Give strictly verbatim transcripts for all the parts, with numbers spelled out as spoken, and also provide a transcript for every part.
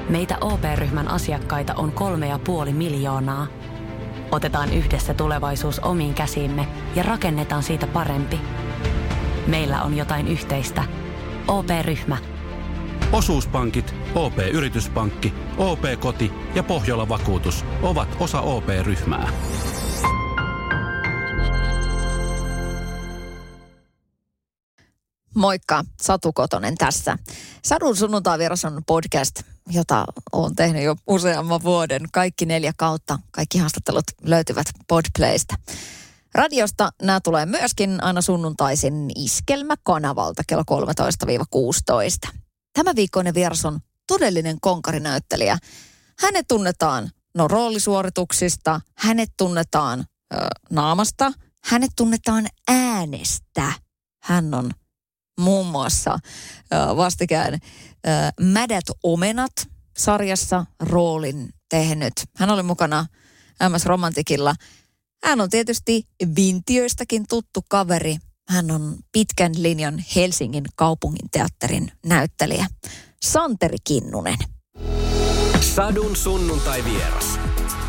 Meitä O P-ryhmän asiakkaita on kolme ja puoli miljoonaa. Otetaan yhdessä tulevaisuus omiin käsiimme ja rakennetaan siitä parempi. Meillä on jotain yhteistä. O P-ryhmä. Osuuspankit, O P-yrityspankki, O P-koti ja Pohjola-vakuutus ovat osa O P-ryhmää. Moikka, Satu Kotonen tässä. Sadun sunnuntaivieras on podcast, jota olen tehnyt jo useamman vuoden. Kaikki neljä kautta, kaikki haastattelut löytyvät Podplaysta. Radiosta nämä tulee myöskin aina sunnuntaisin Iskelmä-kanavalta kello kolmetoista kuusitoista. Tämä viikkoinen vieras on todellinen konkarinäyttelijä. Hänet tunnetaan no roolisuorituksista, hänet tunnetaan ö, naamasta, hänet tunnetaan äänestä. Hän on muun muassa ö, vastikään ö, Mädät omenat -sarjassa roolin tehnyt. Hän oli mukana M S Romantikilla. Hän on tietysti Vintiöistäkin tuttu kaveri. Hän on pitkän linjan Helsingin kaupunginteatterin näyttelijä. Santeri Kinnunen. Sadun sunnuntai-vieras.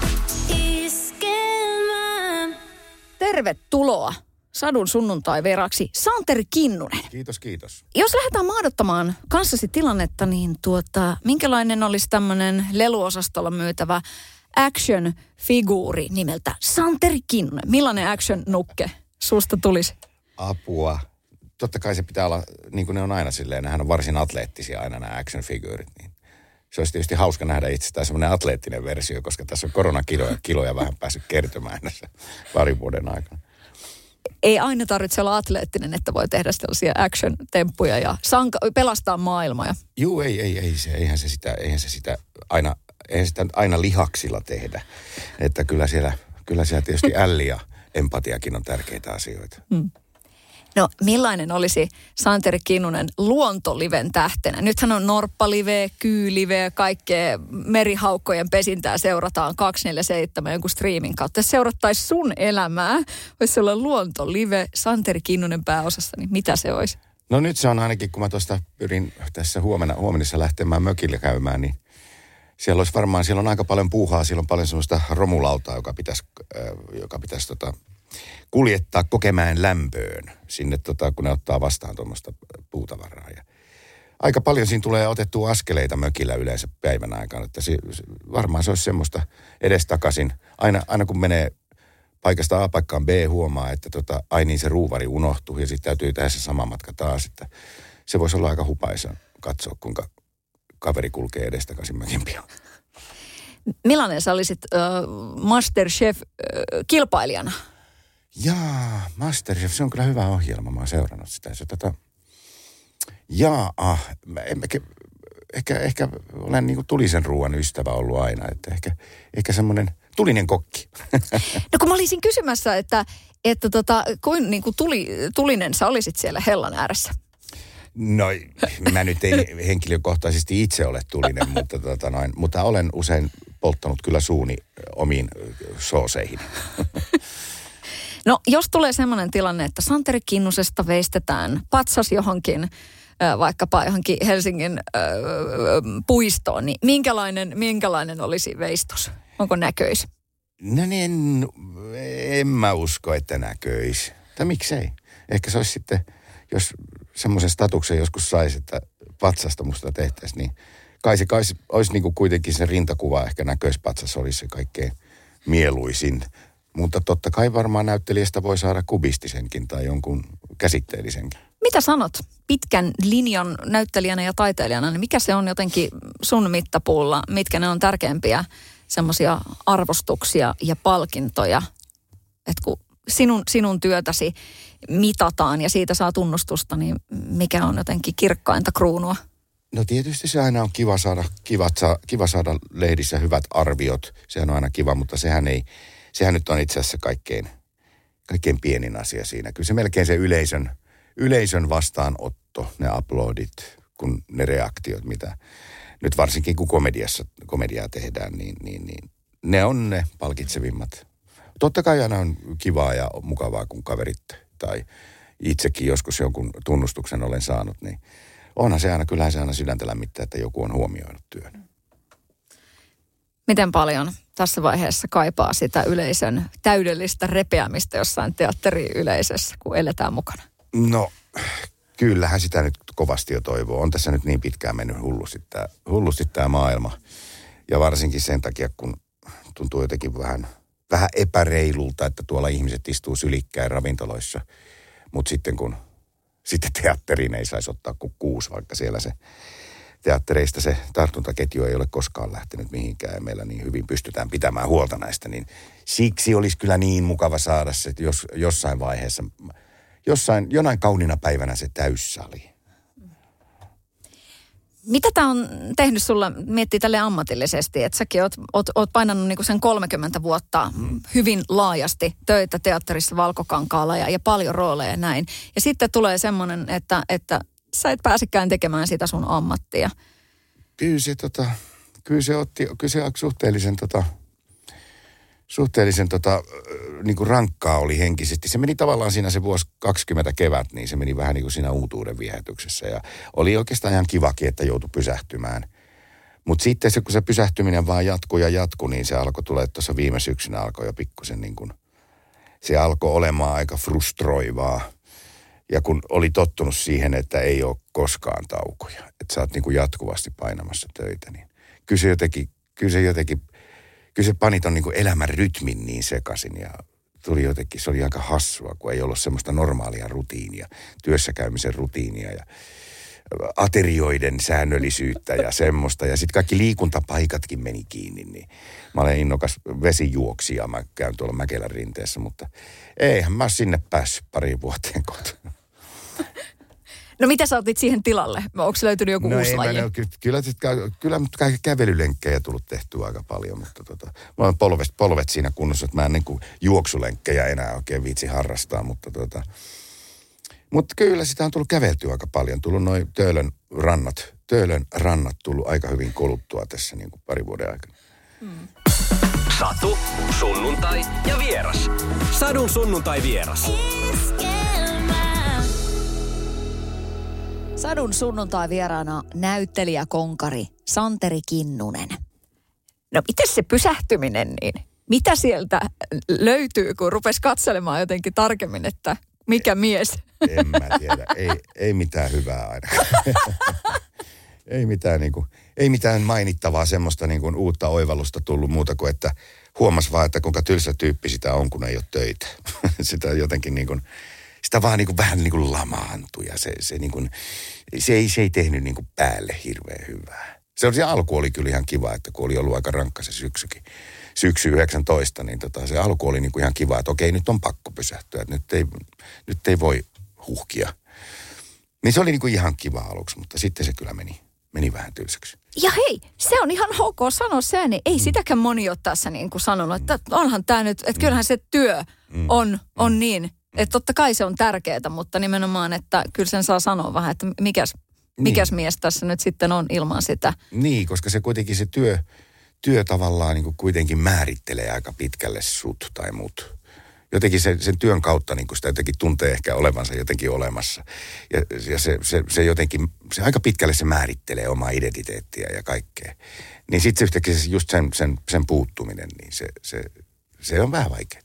Tervetuloa Sadun sunnuntai-vieraksi Santeri Kinnunen. Kiitos, kiitos. Jos lähdetään mahdottamaan kanssasi tilannetta, niin tuota, minkälainen olisi tämmöinen leluosastolla myytävä action-figuuri nimeltä Santeri Kinnunen? Millainen action-nukke susta tulisi? Apua. Totta kai se pitää olla, niin kuin ne on aina silleen, nehän on varsin atleettisia aina nämä action-figuurit. Niin se olisi tietysti hauska nähdä itsestään semmoinen atleettinen versio, koska tässä on koronakiloja kiloja vähän päässyt kertymään näissä parin vuoden aikana. Ei aina tarvitse olla atleettinen, että voi tehdä sellaisia action-temppuja ja sanka- pelastaa maailmaa. Juu, ei, ei, ei se, eihän se sitä, eihän se sitä aina, eihän sitä aina lihaksilla tehdä. Että kyllä siellä, kyllä siellä tietysti älli ja empatiakin on tärkeitä asioita. Hmm. No millainen olisi Santeri Kinnunen luontoliven tähtenä? Nythän on norppalive, kyylive ja kaikkea merihaukkojen pesintää seurataan kaksikymmentäneljä seitsemän jonkun striimin kautta. Jos seurattaisiin sun elämää, olisi olla luontolive Santeri Kinnunen pääosassa, niin mitä se olisi? No nyt se on ainakin, kun mä tuosta pyrin tässä huomenna, huomenissa lähtemään mökille käymään, niin siellä olisi varmaan, siellä on aika paljon puuhaa, siellä on paljon semmoista romulautaa, joka pitäisi, äh, joka pitäisi tota, kuljettaa Kokemäen lämpöön sinne, tota, kun ne ottaa vastaan tuommoista puutavaraa. Ja aika paljon siinä tulee otettua askeleita mökillä yleensä päivän aikana, että se, varmaan se olisi semmoista edestakaisin. Aina, aina kun menee paikasta A paikkaan B, huomaa, että tota, ai niin se ruuvari unohtuu ja sitten täytyy tehdä se sama matka taas. Että se voisi olla aika hupaisa katsoa, kuinka kaveri kulkee edestakaisin mökin pian. Millainen sä olisit äh, Masterchef-kilpailijana? Äh, Jaa, Masterchef, se on kyllä hyvä ohjelma. Mä oon seurannut sitä. Se, tota, jaa, ah, ehkä, ehkä, ehkä olen niin kuin tulisen ruoan ystävä ollut aina. Että ehkä, ehkä semmoinen tulinen kokki. No kun mä olisin kysymässä, että, että tota, kuin, niin kuin tuli, tulinen sä olisit siellä hellan ääressä? No, mä nyt en henkilökohtaisesti itse ole tulinen, mutta, tota noin, mutta olen usein polttanut kyllä suuni omiin sooseihin. No, jos tulee semmoinen tilanne, että Santeri Kinnusesta veistetään patsas johonkin, äh, vaikkapa johonkin Helsingin äh, puistoon, niin minkälainen, minkälainen olisi veistos? Onko näköis? No niin, en mä usko, että näköis. Tai miksei? Ehkä se olisi sitten, jos semmoisen statuksen joskus saisi, että patsasta musta tehtäisiin, niin kai se kai olisi niin kuin kuitenkin se rintakuva, ehkä näköispatsas olisi se kaikkein mieluisin. Mutta totta kai varmaan näyttelijästä voi saada kubistisenkin tai jonkun käsitteellisenkin. Mitä sanot pitkän linjan näyttelijänä ja taiteilijana, niin mikä se on jotenkin sun mittapuulla? Mitkä ne on tärkeimpiä semmoisia arvostuksia ja palkintoja? Että kun sinun, sinun työtäsi mitataan ja siitä saa tunnustusta, niin mikä on jotenkin kirkkainta kruunua? No tietysti se aina on kiva saada, kiva, kiva saada lehdissä hyvät arviot. Sehän on aina kiva, mutta sehän ei... Sehän nyt on itse asiassa kaikkein, kaikkein pienin asia siinä. Kyllä se melkein se yleisön, yleisön vastaanotto, ne uploadit, kun ne reaktiot, mitä nyt varsinkin kun komediassa, komediaa tehdään, niin, niin, niin ne on ne palkitsevimmat. Totta kai aina on kivaa ja mukavaa, kun kaverit tai itsekin joskus jonkun tunnustuksen olen saanut, niin onhan se aina, kyllähän se aina sydäntä lämmittää, että joku on huomioinut työn. Miten paljon tässä vaiheessa kaipaa sitä yleisön täydellistä repeämistä jossain teatteriyleisössä, kun eletään mukana? No, kyllähän sitä nyt kovasti jo toivoo. On tässä nyt niin pitkään mennyt hullusti tämä, hullusti tämä maailma. Ja varsinkin sen takia, kun tuntuu jotenkin vähän, vähän epäreilulta, että tuolla ihmiset istuu sylikkäin ravintoloissa. Mutta sitten kun sitten teatteriin ei saisi ottaa kuin kuusi, vaikka siellä se teattereista se tartuntaketju ei ole koskaan lähtenyt mihinkään ja meillä niin hyvin pystytään pitämään huolta näistä, niin siksi olisi kyllä niin mukava saada se, että jos, jossain vaiheessa, jossain, jonain kauniina päivänä se täyssali. Mitä tämä on tehnyt sulla, miettii tälle ammatillisesti, että säkin oot, oot, oot painanut niinku sen kolmekymmentä vuotta hyvin laajasti töitä teatterissa Valkokankaalla ja, ja paljon rooleja ja näin. Ja sitten tulee semmoinen, että, että sä et pääsekään tekemään sitä sun ammattia. Kyllä se, tota, kyllä se otti, kyllä se suhteellisen, tota, suhteellisen tota, niin kuin rankkaa oli henkisesti. Se meni tavallaan siinä se vuosi kaksikymmentä kevät, niin se meni vähän niin kuin siinä uutuuden viehätyksessä. Ja oli oikeastaan ihan kivakin, että joutui pysähtymään. Mutta sitten se, kun se pysähtyminen vaan jatkui ja jatkui, niin se alkoi tulla, tuossa viime syksynä alkoi jo pikkusen niin kuin, se alkoi olemaan aika frustroivaa. Ja kun oli tottunut siihen, että ei ole koskaan taukoja, että sä oot niin kuin jatkuvasti painamassa töitä, niin kyllä se jotenkin, kyllä se jotenkin, kyllä se pani ton niin kuin elämän rytmin niin sekaisin ja tuli jotenkin, se oli aika hassua, kun ei ollut semmoista normaalia rutiinia, työssäkäymisen rutiinia ja aterioiden säännöllisyyttä ja semmoista. Ja sitten kaikki liikuntapaikatkin meni kiinni, niin mä olen innokas vesijuoksija, mä käyn tuolla Mäkelän rinteessä, mutta eihän mä sinne päässyt pariin vuoteen kotona. No mitä sä otit siihen tilalle? Onko löytynyt joku no uusi ei, laji? No, kyllä, kyllä, kyllä kaikki kävelylenkkejä tullut tehtyä aika paljon, mutta tota, mä olen polvet, polvet siinä kunnossa, että mä en niin kuin juoksulenkkejä enää oikein viitsi harrastaa, mutta tota, mutta kyllä sitä on tullut käveltyä aika paljon. Tullut noin Töölön rannat, Töölön rannat tullut aika hyvin koluttua tässä niin kuin pari vuoden aikana. Mm. Satu, sunnuntai ja vieras. Sadun sunnuntai vieras. Sadun sunnuntai vieraana näyttelijä konkari Santeri Kinnunen. No miten se pysähtyminen niin? Mitä sieltä löytyy, kun rupesi katselemaan jotenkin tarkemmin, että mikä mies? En mä tiedä. Ei, ei mitään hyvää ainakaan. ei, mitään, niin kuin, ei mitään mainittavaa semmoista niin kuin uutta oivallusta tullut muuta kuin, että huomas vaan, että kuinka tylsä tyyppi sitä on, kun ei ole töitä. sitä jotenkin niin kuin, sitä vaan niin kuin, vähän niin kuin lamaantui ja se, se, niin kuin, se, ei, se ei tehnyt niin kuin päälle hirveän hyvää. Se, se alku oli kyllä ihan kiva, että kun oli ollut aika rankka se syksykin. Syksy yhdeksäntoista, niin tota, se alku oli niinku ihan kiva, että okei, nyt on pakko pysähtyä, että nyt ei, nyt ei voi huhkia. Niin se oli niinku ihan kiva aluksi, mutta sitten se kyllä meni, meni vähän tylsäksi. Ja hei, se on ihan ok sanoa se, niin ei mm. sitäkään moni ole tässä niin kuin sanonut, että onhan tämä nyt, että kyllähän se työ on, on mm. niin, että totta kai se on tärkeää, mutta nimenomaan, että kyllä sen saa sanoa vähän, että mikäs, mikäs niin. mies tässä nyt sitten on ilman sitä. Niin, koska se kuitenkin se työ... Työ tavallaan niin kuin kuitenkin määrittelee aika pitkälle sut tai mut. Jotenkin se, sen työn kautta niin kuin sitä jotenkin tuntee ehkä olevansa jotenkin olemassa. Ja, ja se, se, se jotenkin, se aika pitkälle se määrittelee omaa identiteettiä ja kaikkea. Niin sitten yhtäkkiä se just sen, sen, sen puuttuminen, niin se, se, se on vähän vaikeaa.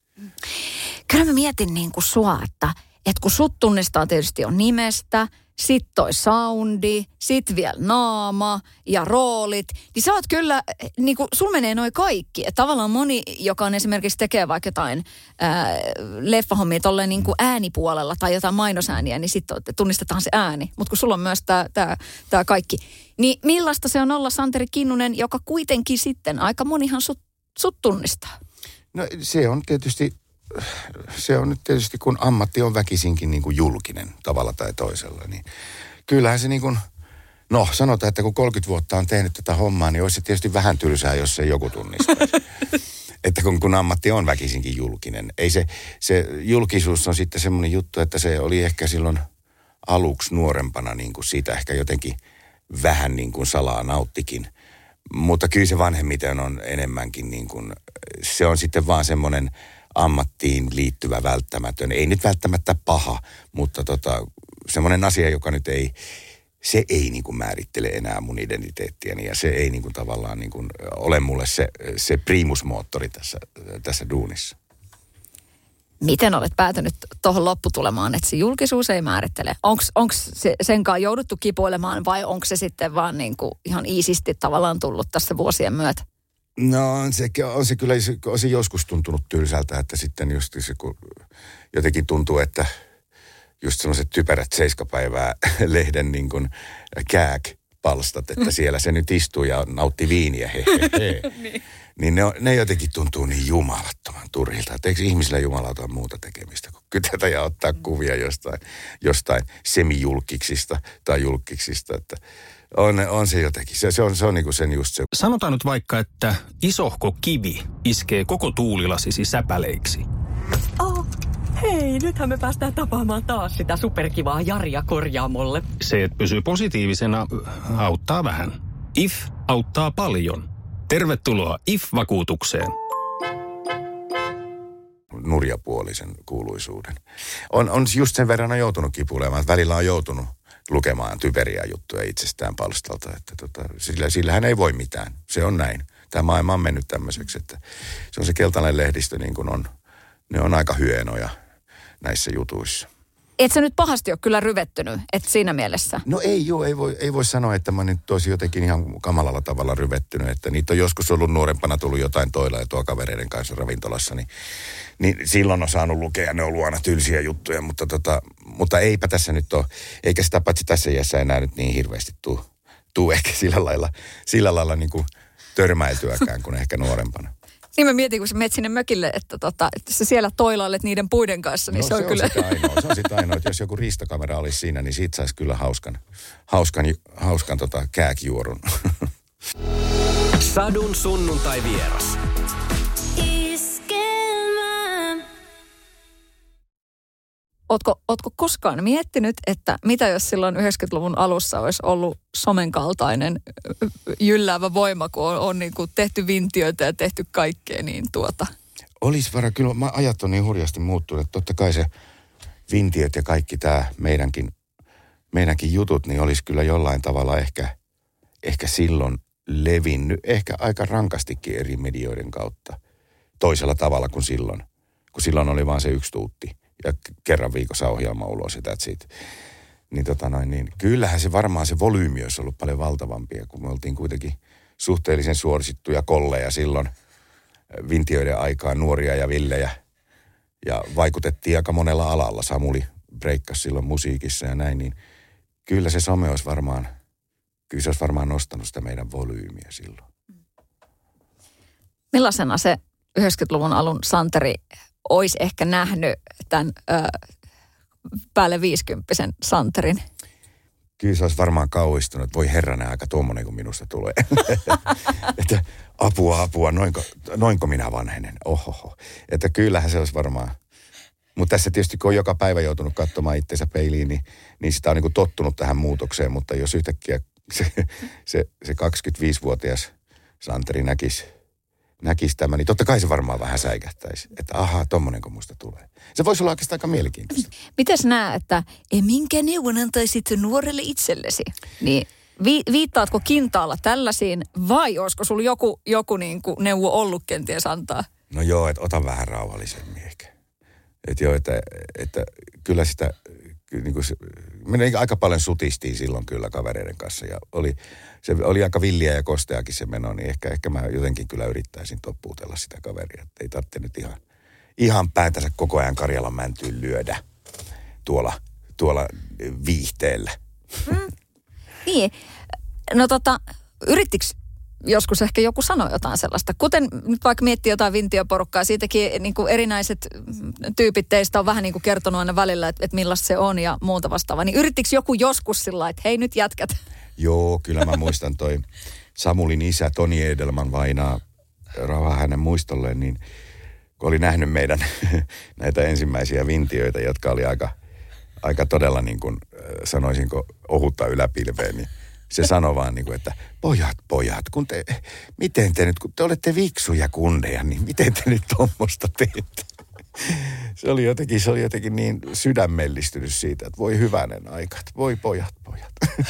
Kyllä mä mietin niin kuin sua, että, että kun sut tunnistaa tietysti on nimestä, sit toi soundi, sit vielä naama ja roolit, niin sä oot kyllä, niin kuin sul menee noi kaikki. Että tavallaan moni, joka on esimerkiksi tekee vaikka jotain ää, leffahommia tolleen niin kuin äänipuolella tai jotain mainosääniä, niin sitten tunnistetaan se ääni. Mutta kun sulla on myös tää, tää, tää kaikki. Niin millaista se on olla Santeri Kinnunen, joka kuitenkin sitten aika monihan sut, sut tunnistaa? No se on tietysti... Se on nyt tietysti, kun ammatti on väkisinkin niin kuin julkinen tavalla tai toisella, niin kyllähän se niin kuin, no sanotaan, että kun kolmekymmentä vuotta on tehnyt tätä hommaa, niin olisi se tietysti vähän tylsää, jos se joku tunnistaisi. että kun, kun ammatti on väkisinkin julkinen. Ei se, se julkisuus on sitten semmoinen juttu, että se oli ehkä silloin aluksi nuorempana niin kuin siitä ehkä jotenkin vähän niin kuin salaa nauttikin. Mutta kyllä se vanhemmiten on enemmänkin niin kuin, se on sitten vaan semmoinen ammattiin liittyvä välttämätön. Ei nyt välttämättä paha, mutta tota, semmoinen asia, joka nyt ei, se ei niin kuin määrittele enää mun identiteettiäni ja se ei niin kuin tavallaan niin kuin ole mulle se, se primusmoottori tässä, tässä duunissa. Miten olet päätynyt tuohon lopputulemaan, että se julkisuus ei määrittele? Onko se senkaan jouduttu kipuilemaan vai onko se sitten vaan niin kuin ihan iisisti tavallaan tullut tässä vuosien myötä? No on se, on se kyllä on se joskus tuntunut tylsältä, että sitten just se, kun jotenkin tuntuu, että just sellaiset typerät seiskapäivää lehden niin kuin kääk-palstat, että siellä se nyt istuu ja nautti viiniä, he, he, he. niin. Niin ne, ne jotenkin tuntuu niin jumalattoman turhilta, että eikö ihmisillä jumalauta muuta tekemistä kuin kytätä ja ottaa kuvia jostain, jostain semijulkiksista tai julkiksista, että on, on se jotenkin, se, se on, se on niin kuin sen just se. Sanotaan nyt vaikka, että isohko kivi iskee koko tuulilasisi säpäleiksi. Oh, hei, nythän me päästään tapaamaan taas sitä superkivaa Jaria korjaamolle. Se, että pysyy positiivisena, auttaa vähän. I F auttaa paljon. Tervetuloa I F-vakuutukseen. Nurjapuolisen kuuluisuuden. On, on just sen verran on joutunut kipuilemaan, että välillä on joutunut lukemaan typeriä juttuja itsestään palstalta, että tota, sillä, sillähän ei voi mitään. Se on näin. Tämä maailma on mennyt tämmöiseksi, että se on se keltainen lehdistö niin kuin on. Ne on aika hyenoja näissä jutuissa. Et sä nyt pahasti ole kyllä ryvettynyt, että siinä mielessä? No ei joo, ei voi, ei voi sanoa, että mä nyt olisin jotenkin ihan kamalalla tavalla ryvettynyt, että niitä on joskus ollut nuorempana tullut jotain toilla ja tuo kavereiden kanssa ravintolassa, niin, niin silloin on saanut lukea, ne on ollut aina tylsiä juttuja, mutta, tota, mutta eipä tässä nyt ole, eikä sitä paitsi tässä iässä enää nyt niin hirveästi tuu, tuu ehkä sillä lailla, sillä lailla niin kuin törmäiltyäkään kuin ehkä nuorempana. Niin mä mietin, kun sä menet sinne mökille, että, tota, että sä siellä toilailet niiden puiden kanssa, niin no, se on se kyllä... On sitä ainoa, se on sitä ainoa, että jos joku riistokamera olisi siinä, niin siitä saisi kyllä hauskan, hauskan, hauskan tota, kääkjuorun. Sadun sunnuntai vieras. Ootko, ootko koskaan miettinyt, että mitä jos silloin yhdeksänkymmentäluvun alussa olisi ollut somen kaltainen jylläävä voima, kun on, on niin kuin tehty vintioita ja tehty kaikkea, niin tuota... Olisi vara, kyllä mä ajat on niin hurjasti muuttunut, että totta kai se vintiöt ja kaikki tämä meidänkin, meidänkin jutut, niin olisi kyllä jollain tavalla ehkä, ehkä silloin levinnyt, ehkä aika rankastikin eri medioiden kautta, toisella tavalla kuin silloin, kun silloin oli vaan se yksi tuutti. Ja kerran viikossa ohjelma ulos ja that's it. Niin, tota noin, niin kyllähän se varmaan se volyymi olisi ollut paljon valtavampia, kun me oltiin kuitenkin suhteellisen suosittuja kolleja silloin vintioiden aikaan, nuoria ja villejä. Ja vaikutettiin aika monella alalla. Samuli breikkasi silloin musiikissa ja näin, niin kyllä se some olisi varmaan, kyllä se olisi varmaan nostanut sitä meidän volyymiä silloin. Millaisena se yhdeksänkymmentäluvun alun Santeri olisi ehkä nähnyt tämän ö, päälle viisikymppisen Santerin? Kyllä se olisi varmaan kauhistunut, että voi herranen aika tuommoinen kuin minusta tulee. Että apua, apua, noinko, noinko minä vanhenen? Ohoho. Että kyllähän se olisi varmaan. Mutta tässä tietysti kun on joka päivä joutunut katsomaan itseensä peiliin, niin, niin sitä on niin kuin tottunut tähän muutokseen. Mutta jos yhtäkkiä se, se, se kaksikymmentäviisivuotias Santeri näkisi, näkisi tämän, niin totta kai se varmaan vähän säikähtäisi. Että ahaa, tommonenko musta tulee. Se voisi olla oikeastaan aika mielenkiintoista. Mites näet, että e, minkä neuvon antaisit nuorelle itsellesi? Niin vi, viittaatko kintaalla tällaisiin vai olisiko sulla joku, joku niin kuin neuvo ollut kenties antaa? No joo, että ota vähän rauhallisemmin ehkä. Että joo, että, että kyllä sitä, niin kuin se, me aika paljon sutistiin silloin kyllä kavereiden kanssa ja oli, se oli aika villiä ja kosteakin se meno, niin ehkä, ehkä mä jotenkin kyllä yrittäisin toppuutella sitä kaveria, että ei tarvitse nyt ihan, ihan päätänsä koko ajan Karjalan mäntyyn lyödä tuolla, tuolla viihteellä. Mm. Niin, no tota, yrittikö joskus ehkä joku sanoi jotain sellaista. Kuten nyt vaikka miettii jotain vintioporukkaa, siitäkin niin kuin erinäiset tyypit teistä on vähän niin kuin kertonut aina välillä, että, että millaista se on ja muuta vastaavaa. Niin yrittikö joku joskus sillä lailla, että hei nyt jätkät? Joo, kyllä mä muistan toi Samulin isä Toni Edelman vainaa rauhaa hänen muistolleen, niin kun oli nähnyt meidän näitä ensimmäisiä vintioita, jotka oli aika, aika todella niin kuin sanoisinko ohutta yläpilveen, niin se sanoi vaan niin kuin, että pojat, pojat, kun te, miten te nyt, kun te olette viksuja kundeja, niin miten te nyt tommoista teette? se oli jotenkin, se oli jotenkin niin sydämellistynyt siitä, että voi hyvänen aika, että voi pojat, pojat.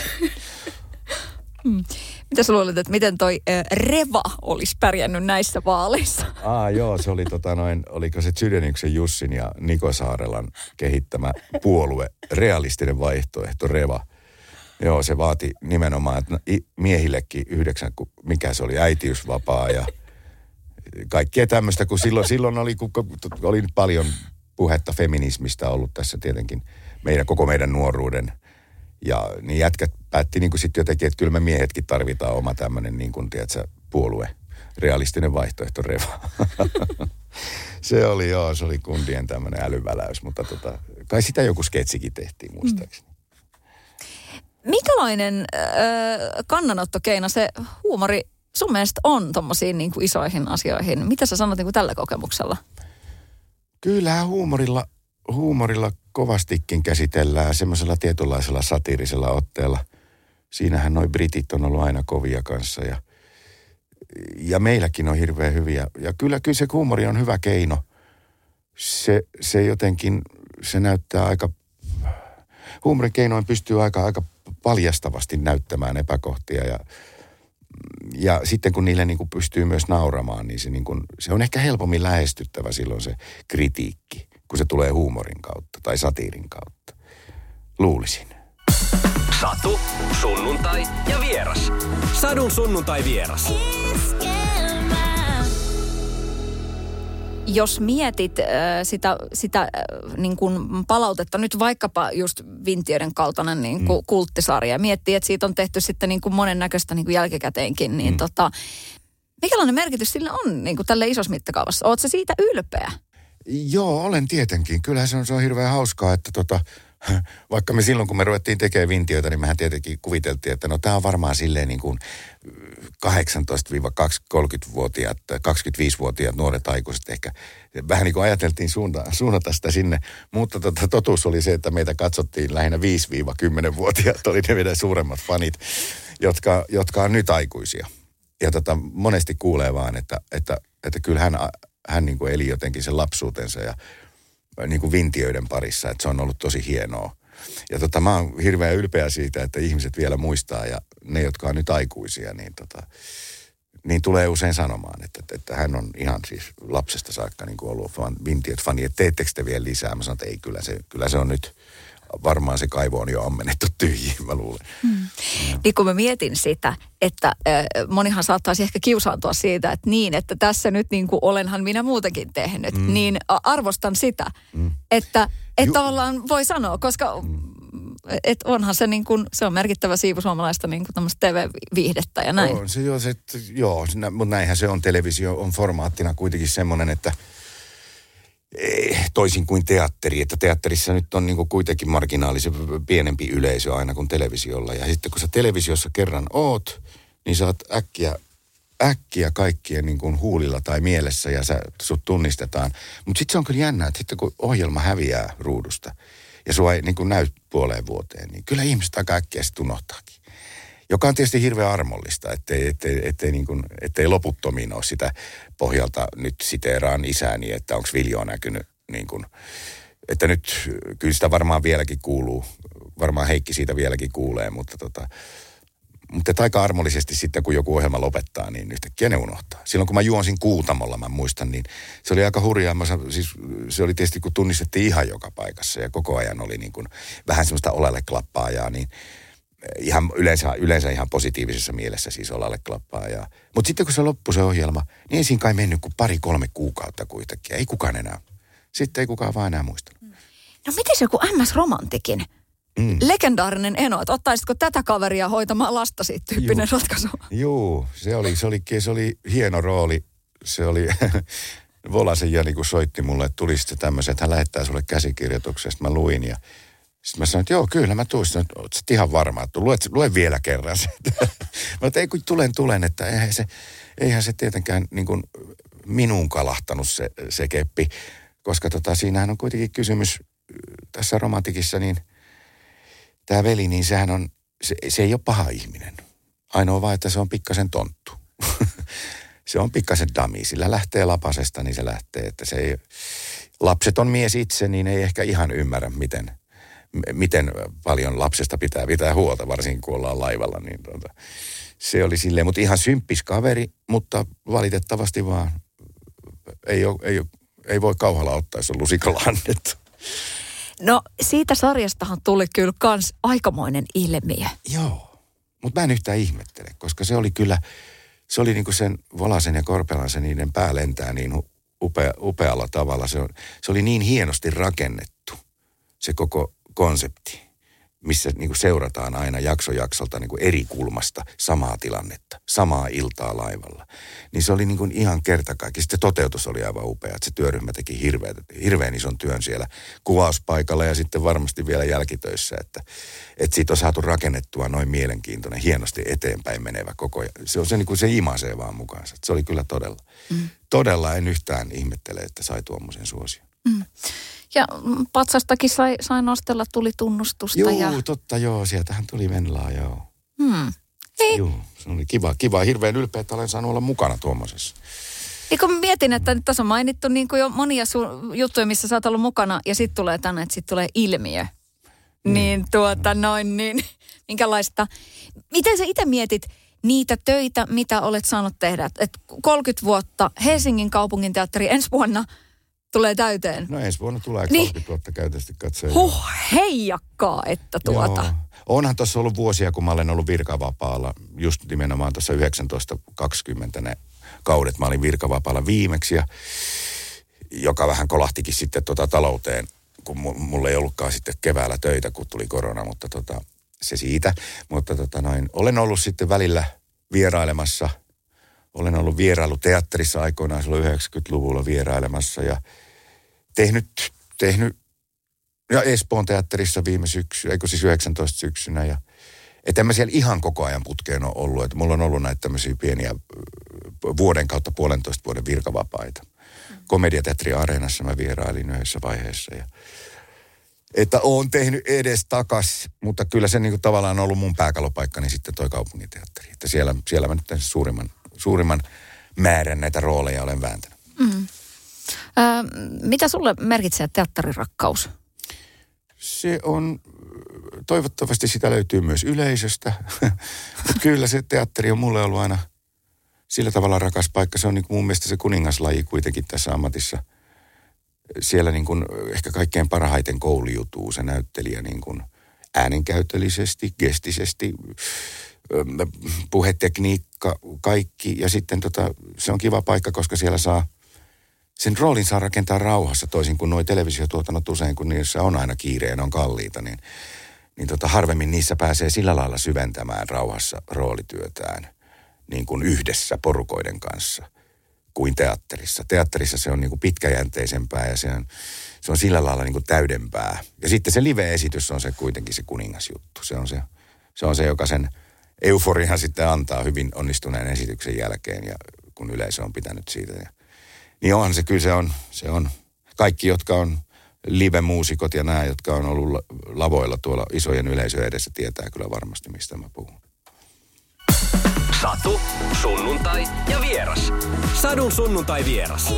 Hmm. Mitä sä luulet, että miten toi äh, Reva olisi pärjännyt näissä vaaleissa? Aa joo, se oli tota noin, oliko se Zydenyksen Jussin ja Niko Saarelan kehittämä puolue, realistinen vaihtoehto Reva. Joo, se vaati nimenomaan, että miehillekin yhdeksän, mikä se oli, äitiysvapaa ja kaikkea tämmöistä, kun silloin, silloin oli, kun oli paljon puhetta feminismistä ollut tässä tietenkin meidän, koko meidän nuoruuden. Ja niin jätkät päätti niin kuin sitten jotenkin, että kyllä me miehetkin tarvitaan oma tämmöinen niin kuin, tiedätkö, puolue, realistinen vaihtoehto Reva. Se oli joo, se oli kundien tämmöinen älyväläys, mutta tota, kai sitä joku sketsikin tehtiin muistaakseni. Minkälainen äh, kannanottokeino se huumori sun mielestä on tommosiin niin kuin isoihin asioihin? Mitä sä sanot niin kuin tällä kokemuksella? Kyllähän huumorilla, huumorilla kovastikin käsitellään semmoisella tietynlaisella satiirisella otteella. Siinähän noi britit on ollut aina kovia kanssa ja, ja meilläkin on hirveän hyviä. Ja kyllä, kyllä se huumori on hyvä keino. Se, se jotenkin, se näyttää aika, huumorin keinoin pystyy aika, aika paljastavasti näyttämään epäkohtia ja Ja sitten kun niille niin kuin pystyy myös nauramaan, niin se, niin kuin, se on ehkä helpommin lähestyttävä silloin se kritiikki, kun se tulee huumorin kautta tai satiirin kautta. Luulisin. Satu, sunnuntai ja vieras. Sadun sunnuntai vieras. Jos mietit äh, sitä, sitä äh, niin kuin palautetta, nyt vaikkapa just Vintiöiden kaltainen niin kuin mm. kulttisarja, miettii, että siitä on tehty sitten niin kuin monennäköistä niin kuin jälkikäteenkin, niin mm. tota, mikälainen merkitys sillä on niin kuin tälle isossa mittakaavassa? Ootko sä siitä ylpeä? Joo, olen tietenkin. Kyllähän se on, se on hirveän hauskaa, että tota, vaikka me silloin, kun me ruvettiin tekemään Vintiöitä, niin mehän tietenkin kuviteltiin, että no tämä on varmaan silleen niin kuin kahdeksantoista–kolmekymmentävuotiaat, kaksikymmentäviisivuotiaat nuoret aikuiset ehkä. Vähän niin kuin ajateltiin suunta, suunnata sitä sinne, mutta tota, totuus oli se, että meitä katsottiin lähinnä viisi–kymmenvuotiaat, oli ne meidän suuremmat fanit, jotka, jotka on nyt aikuisia. Ja tota, monesti kuulee vaan, että, että, että kyllä hän, hän niin kuin eli jotenkin sen lapsuutensa ja niin kuin Vintiöiden parissa, että se on ollut tosi hienoa. Ja tota, mä oon hirveän ylpeä siitä, että ihmiset vielä muistaa ja ne, jotka on nyt aikuisia, niin, tota, niin tulee usein sanomaan, että, että, että hän on ihan siis lapsesta saakka niin kuin ollut Vintiöt-fani, että teettekö te vielä lisää? Mä sanon, että ei, kyllä se, kyllä se on nyt, varmaan se kaivo on jo ammennettu tyhjiin, mä luulen. Hmm. Niin kun mä mietin sitä, että äh, monihan saattaisi ehkä kiusaantua siitä, että niin, että tässä nyt niin kuin olenhan minä muutenkin tehnyt, hmm. niin arvostan sitä, hmm. että et tavallaan voi sanoa, koska hmm. et onhan se niin kuin, se on merkittävä siivu suomalaista niin kuin tämmöistä T V-viihdettä ja näin. On se jo, se, joo, mutta näinhän se on, televisio on formaattina kuitenkin semmoinen, että toisin kuin teatteri, että teatterissa nyt on niin kuin kuitenkin marginaalisen pienempi yleisö aina kuin televisiolla. Ja sitten kun sä televisiossa kerran oot, niin sä oot äkkiä, äkkiä kaikkien niin kuin huulilla tai mielessä ja sä, sut tunnistetaan. Mutta sitten se on kyllä jännä, että sitten kun ohjelma häviää ruudusta ja sua ei niin kuin näy puoleen vuoteen, niin kyllä ihmiset aika äkkiä sitten unohtaakin. Joka on tietysti hirveän armollista, ettei, ettei, ettei, niin kuin, ettei loputtomiin ole sitä pohjalta nyt siteeraan isääni, että onko Viljoa näkynyt niin kuin, että nyt kyllä sitä varmaan vieläkin kuuluu, varmaan Heikki siitä vieläkin kuulee, mutta tota, mutta aika armollisesti sitten, kun joku ohjelma lopettaa, niin yhtäkkiä ne unohtaa. Silloin kun mä juonsin Kuutamolla, mä muistan, niin se oli aika hurjaa. Mä, siis, se oli tietysti, kun tunnistettiin ihan joka paikassa ja koko ajan oli niin kuin vähän semmoista olalle klappaajaa, niin ihan yleensä, yleensä ihan positiivisessa mielessä siis olalle klappaajaa. Mutta sitten kun se loppui se ohjelma, niin ei siinä kai mennyt kuin pari-kolme kuukautta kuitenkin. Ei kukaan enää. Sitten ei kukaan vaan enää muistanut. No miten se joku M S-romantikin? Mm. Legendaarinen Eno, että ottaisitko tätä kaveria hoitamaan lastasi tyyppinen Juu. ratkaisu? Joo, se oli, se, oli, se oli hieno rooli. Se oli, Volasen Jani kun soitti mulle, että tulisi se tämmöisen, että hän lähettää sulle käsikirjoituksesta. Mä luin ja sitten mä sanoin, että joo, kyllä mä tuisin. Oot sä ihan varma, että lue, lue vielä kerran se. Mä että ei kun tulen, tulen, että eihän se, eihän se tietenkään niin kuin minuun kalahtanut se, se keppi. Koska tota, siinähän on kuitenkin kysymys tässä romantikissa, niin tämä veli, niin sehän on, se, se ei ole paha ihminen. Ainoa vaan, että se on pikkasen tonttu. Se on pikkasen dami. Sillä lähtee lapasesta, niin se lähtee, että se ei, lapseton mies itse, niin ei ehkä ihan ymmärrä, miten, miten paljon lapsesta pitää pitää huolta, varsinkin kun ollaan laivalla. Niin tuota, se oli silleen, mutta ihan symppis kaveri, mutta valitettavasti vaan ei, ole, ei, ole, ei voi kauhalla ottaa, jos on lusikalla annettu. No siitä sarjastahan tuli kyllä kans aikamoinen ilmiö. Joo, mutta mä en yhtään ihmettele, koska se oli kyllä, se oli niinku sen Volasen ja Korpelan se niiden pää lentää niin upea, upealla tavalla. Se, on, se oli niin hienosti rakennettu, se koko konsepti, missä niinku seurataan aina jakso jaksolta niinku eri kulmasta samaa tilannetta, samaa iltaa laivalla. Niin se oli niinku ihan kertakaikkisesti. Se toteutus oli aivan upea, että se työryhmä teki hirveän, hirveän ison työn siellä kuvauspaikalla ja sitten varmasti vielä jälkitöissä, että, että siitä on saatu rakennettua noin mielenkiintoinen, hienosti eteenpäin menevä koko ajan. Se on se, niinku, se imasee vaan mukaansa. Se oli kyllä todella, mm. todella en yhtään ihmettele, että sai tuommoisen suosion. Mm. Ja patsastakin sai, sai nostella, tuli tunnustusta. Joo, ja... totta joo, sieltähän tuli Venlaa, joo. Hmm. Joo, se oli kiva, kiva, hirveän ylpeä, että olen saanut olla mukana tuommoisessa. Niin kun mietin, että nyt tässä on mainittu niin kuin jo monia su- juttuja, missä sä oot ollut mukana, ja sitten tulee tänne, että sitten tulee ilmiö. Mm. Niin tuota noin, niin minkälaista, miten sä itse mietit niitä töitä, mitä olet saanut tehdä? Että kolmekymmentä vuotta Helsingin kaupunginteatteri ensi vuonna tulee täyteen. No ensi vuonna tulee kolmekymmentä niin. vuotta käytännössä katsoen. Huh, heijakkaa, että tuota. Joo. Onhan tuossa ollut vuosia, kun mä olen ollut virkavapaalla, just nimenomaan tuossa yhdeksäntoista kaksikymmentä ne kaudet. Mä olin virkavapaalla viimeksi, ja joka vähän kolahtikin sitten tota talouteen, kun mulla ei ollutkaan sitten keväällä töitä, kun tuli korona, mutta tota, se siitä. Mutta tota noin, olen ollut sitten välillä vierailemassa. Olen ollut vierailuteatterissa aikoinaan silloin yhdeksänkymmentäluvulla vierailemassa ja tehnyt, tehnyt ja Espoon teatterissa viime syksy, eikö siis yhdeksäntoista syksynä. Ja, et en mä siellä ihan koko ajan putkeen ole ollut. Et mulla on ollut näitä tämmöisiä pieniä vuoden kautta puolentoista vuoden virkavapaita. Komediateatteri Areenassa mä vierailin yhdessä vaiheessa. Ja, että oon tehnyt edes takas, mutta kyllä se niinku tavallaan on ollut mun pääkallopaikka, niin sitten toi kaupunginteatteri. Että siellä, siellä mä nyt tämän suurimman, suurimman määrän näitä rooleja olen vääntänyt. Mm. Ö, mitä sulle merkitsee teatterirakkaus? Se on, toivottavasti sitä löytyy myös yleisöstä, mutta kyllä se teatteri on mulle ollut aina sillä tavalla rakas paikka. Se on niin kuin mun mielestä se kuningaslaji kuitenkin tässä ammatissa. Siellä niin kuin ehkä kaikkein parhaiten koulujutuu se näyttelijä niin kuin äänenkäytöllisesti, gestisesti, puhetekniikka, kaikki. Ja sitten tota, se on kiva paikka, koska siellä saa, sen roolin saa rakentaa rauhassa toisin kuin nuo televisiotuotannot usein, kun niissä on aina kiire ja ne on kalliita, niin, niin tota, harvemmin niissä pääsee sillä lailla syventämään rauhassa roolityötään niin kuin yhdessä porukoiden kanssa kuin teatterissa. Teatterissa se on niin kuin pitkäjänteisempää ja se on, se on sillä lailla niin kuin täydempää. Ja sitten se live-esitys on se kuitenkin se kuningasjuttu. Se on se, se on se, joka sen euforian sitten antaa hyvin onnistuneen esityksen jälkeen ja kun yleisö on pitänyt siitä. Ja, niin onhan se, kyllä se on, se on kaikki, jotka on live-muusikot ja nämä, jotka on ollut lavoilla tuolla isojen yleisöjen edessä, tietää kyllä varmasti, mistä mä puhun. Satu, sunnuntai ja vieras. Sadun sunnuntai vieras.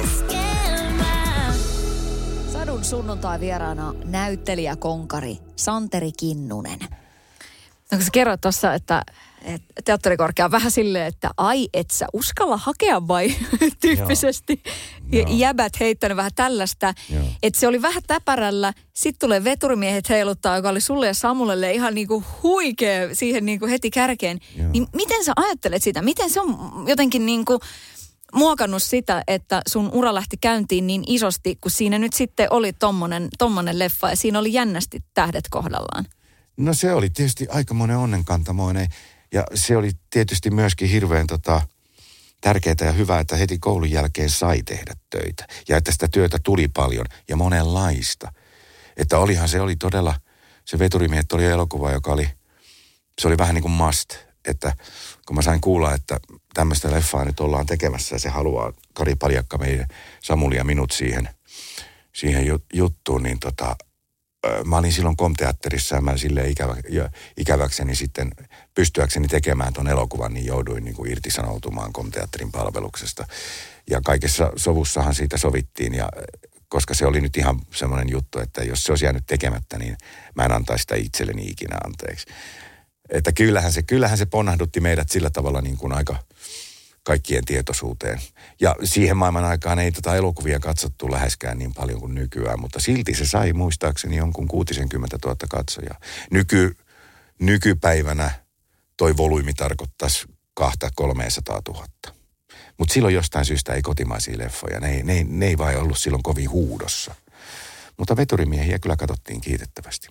Sadun sunnuntai vieraana näyttelijä konkari Santeri Kinnunen. No, kun sä kerroit tuossa, että, että teatterikorkea on vähän silleen, että ai et sä uskalla hakea vai tyyppisesti. Joo. Jäbät heittänyt vähän tällaista. Joo. Että se oli vähän täpärällä. Sitten tulee veturimiehet heiluttaa, joka oli sulle ja Samulelle ihan niinku huikea siihen niinku heti kärkeen. Joo. Niin miten sä ajattelet sitä? Miten se on jotenkin niinku muokannut sitä, että sun ura lähti käyntiin niin isosti, kun siinä nyt sitten oli tommonen, tommonen leffa ja siinä oli jännästi tähdet kohdallaan? No se oli tietysti aikamoinen onnenkantamoinen ja se oli tietysti myöskin hirveän tota, tärkeää ja hyvää, että heti koulun jälkeen sai tehdä töitä ja että sitä työtä tuli paljon ja monenlaista. Että olihan se oli todella, se Veturimiehet oli elokuva, joka oli, se oli vähän niin kuin must, että kun mä sain kuulla, että tämmöistä leffaa nyt ollaan tekemässä ja se haluaa Kari Paljakka meidän Samuli ja minut siihen, siihen juttuun, niin tota, mä olin silloin Komteatterissa ja mä silleen ikävä, ikäväkseni sitten pystyäkseni tekemään ton elokuvan, niin jouduin niin kuin irtisanoutumaan Komteatterin palveluksesta. Ja kaikessa sovussahan siitä sovittiin ja koska se oli nyt ihan semmoinen juttu, että jos se olisi jäänyt tekemättä, niin mä en antaisi sitä itselleni ikinä anteeksi. Että kyllähän se, kyllähän se ponnahdutti meidät sillä tavalla niin kuin aika kaikkien tietoisuuteen. Ja siihen maailman aikaan ei tota elokuvia katsottu läheskään niin paljon kuin nykyään, mutta silti se sai muistaakseni jonkun kuusikymmentätuhatta katsojaa. Nyky, nykypäivänä toi volyymi tarkoittaisi kahta kolmesataatuhatta. Mutta silloin jostain syystä ei kotimaisia leffoja. Ne ei, ne, ei, ne ei vaan ollut silloin kovin huudossa. Mutta veturimiehiä kyllä katsottiin kiitettävästi.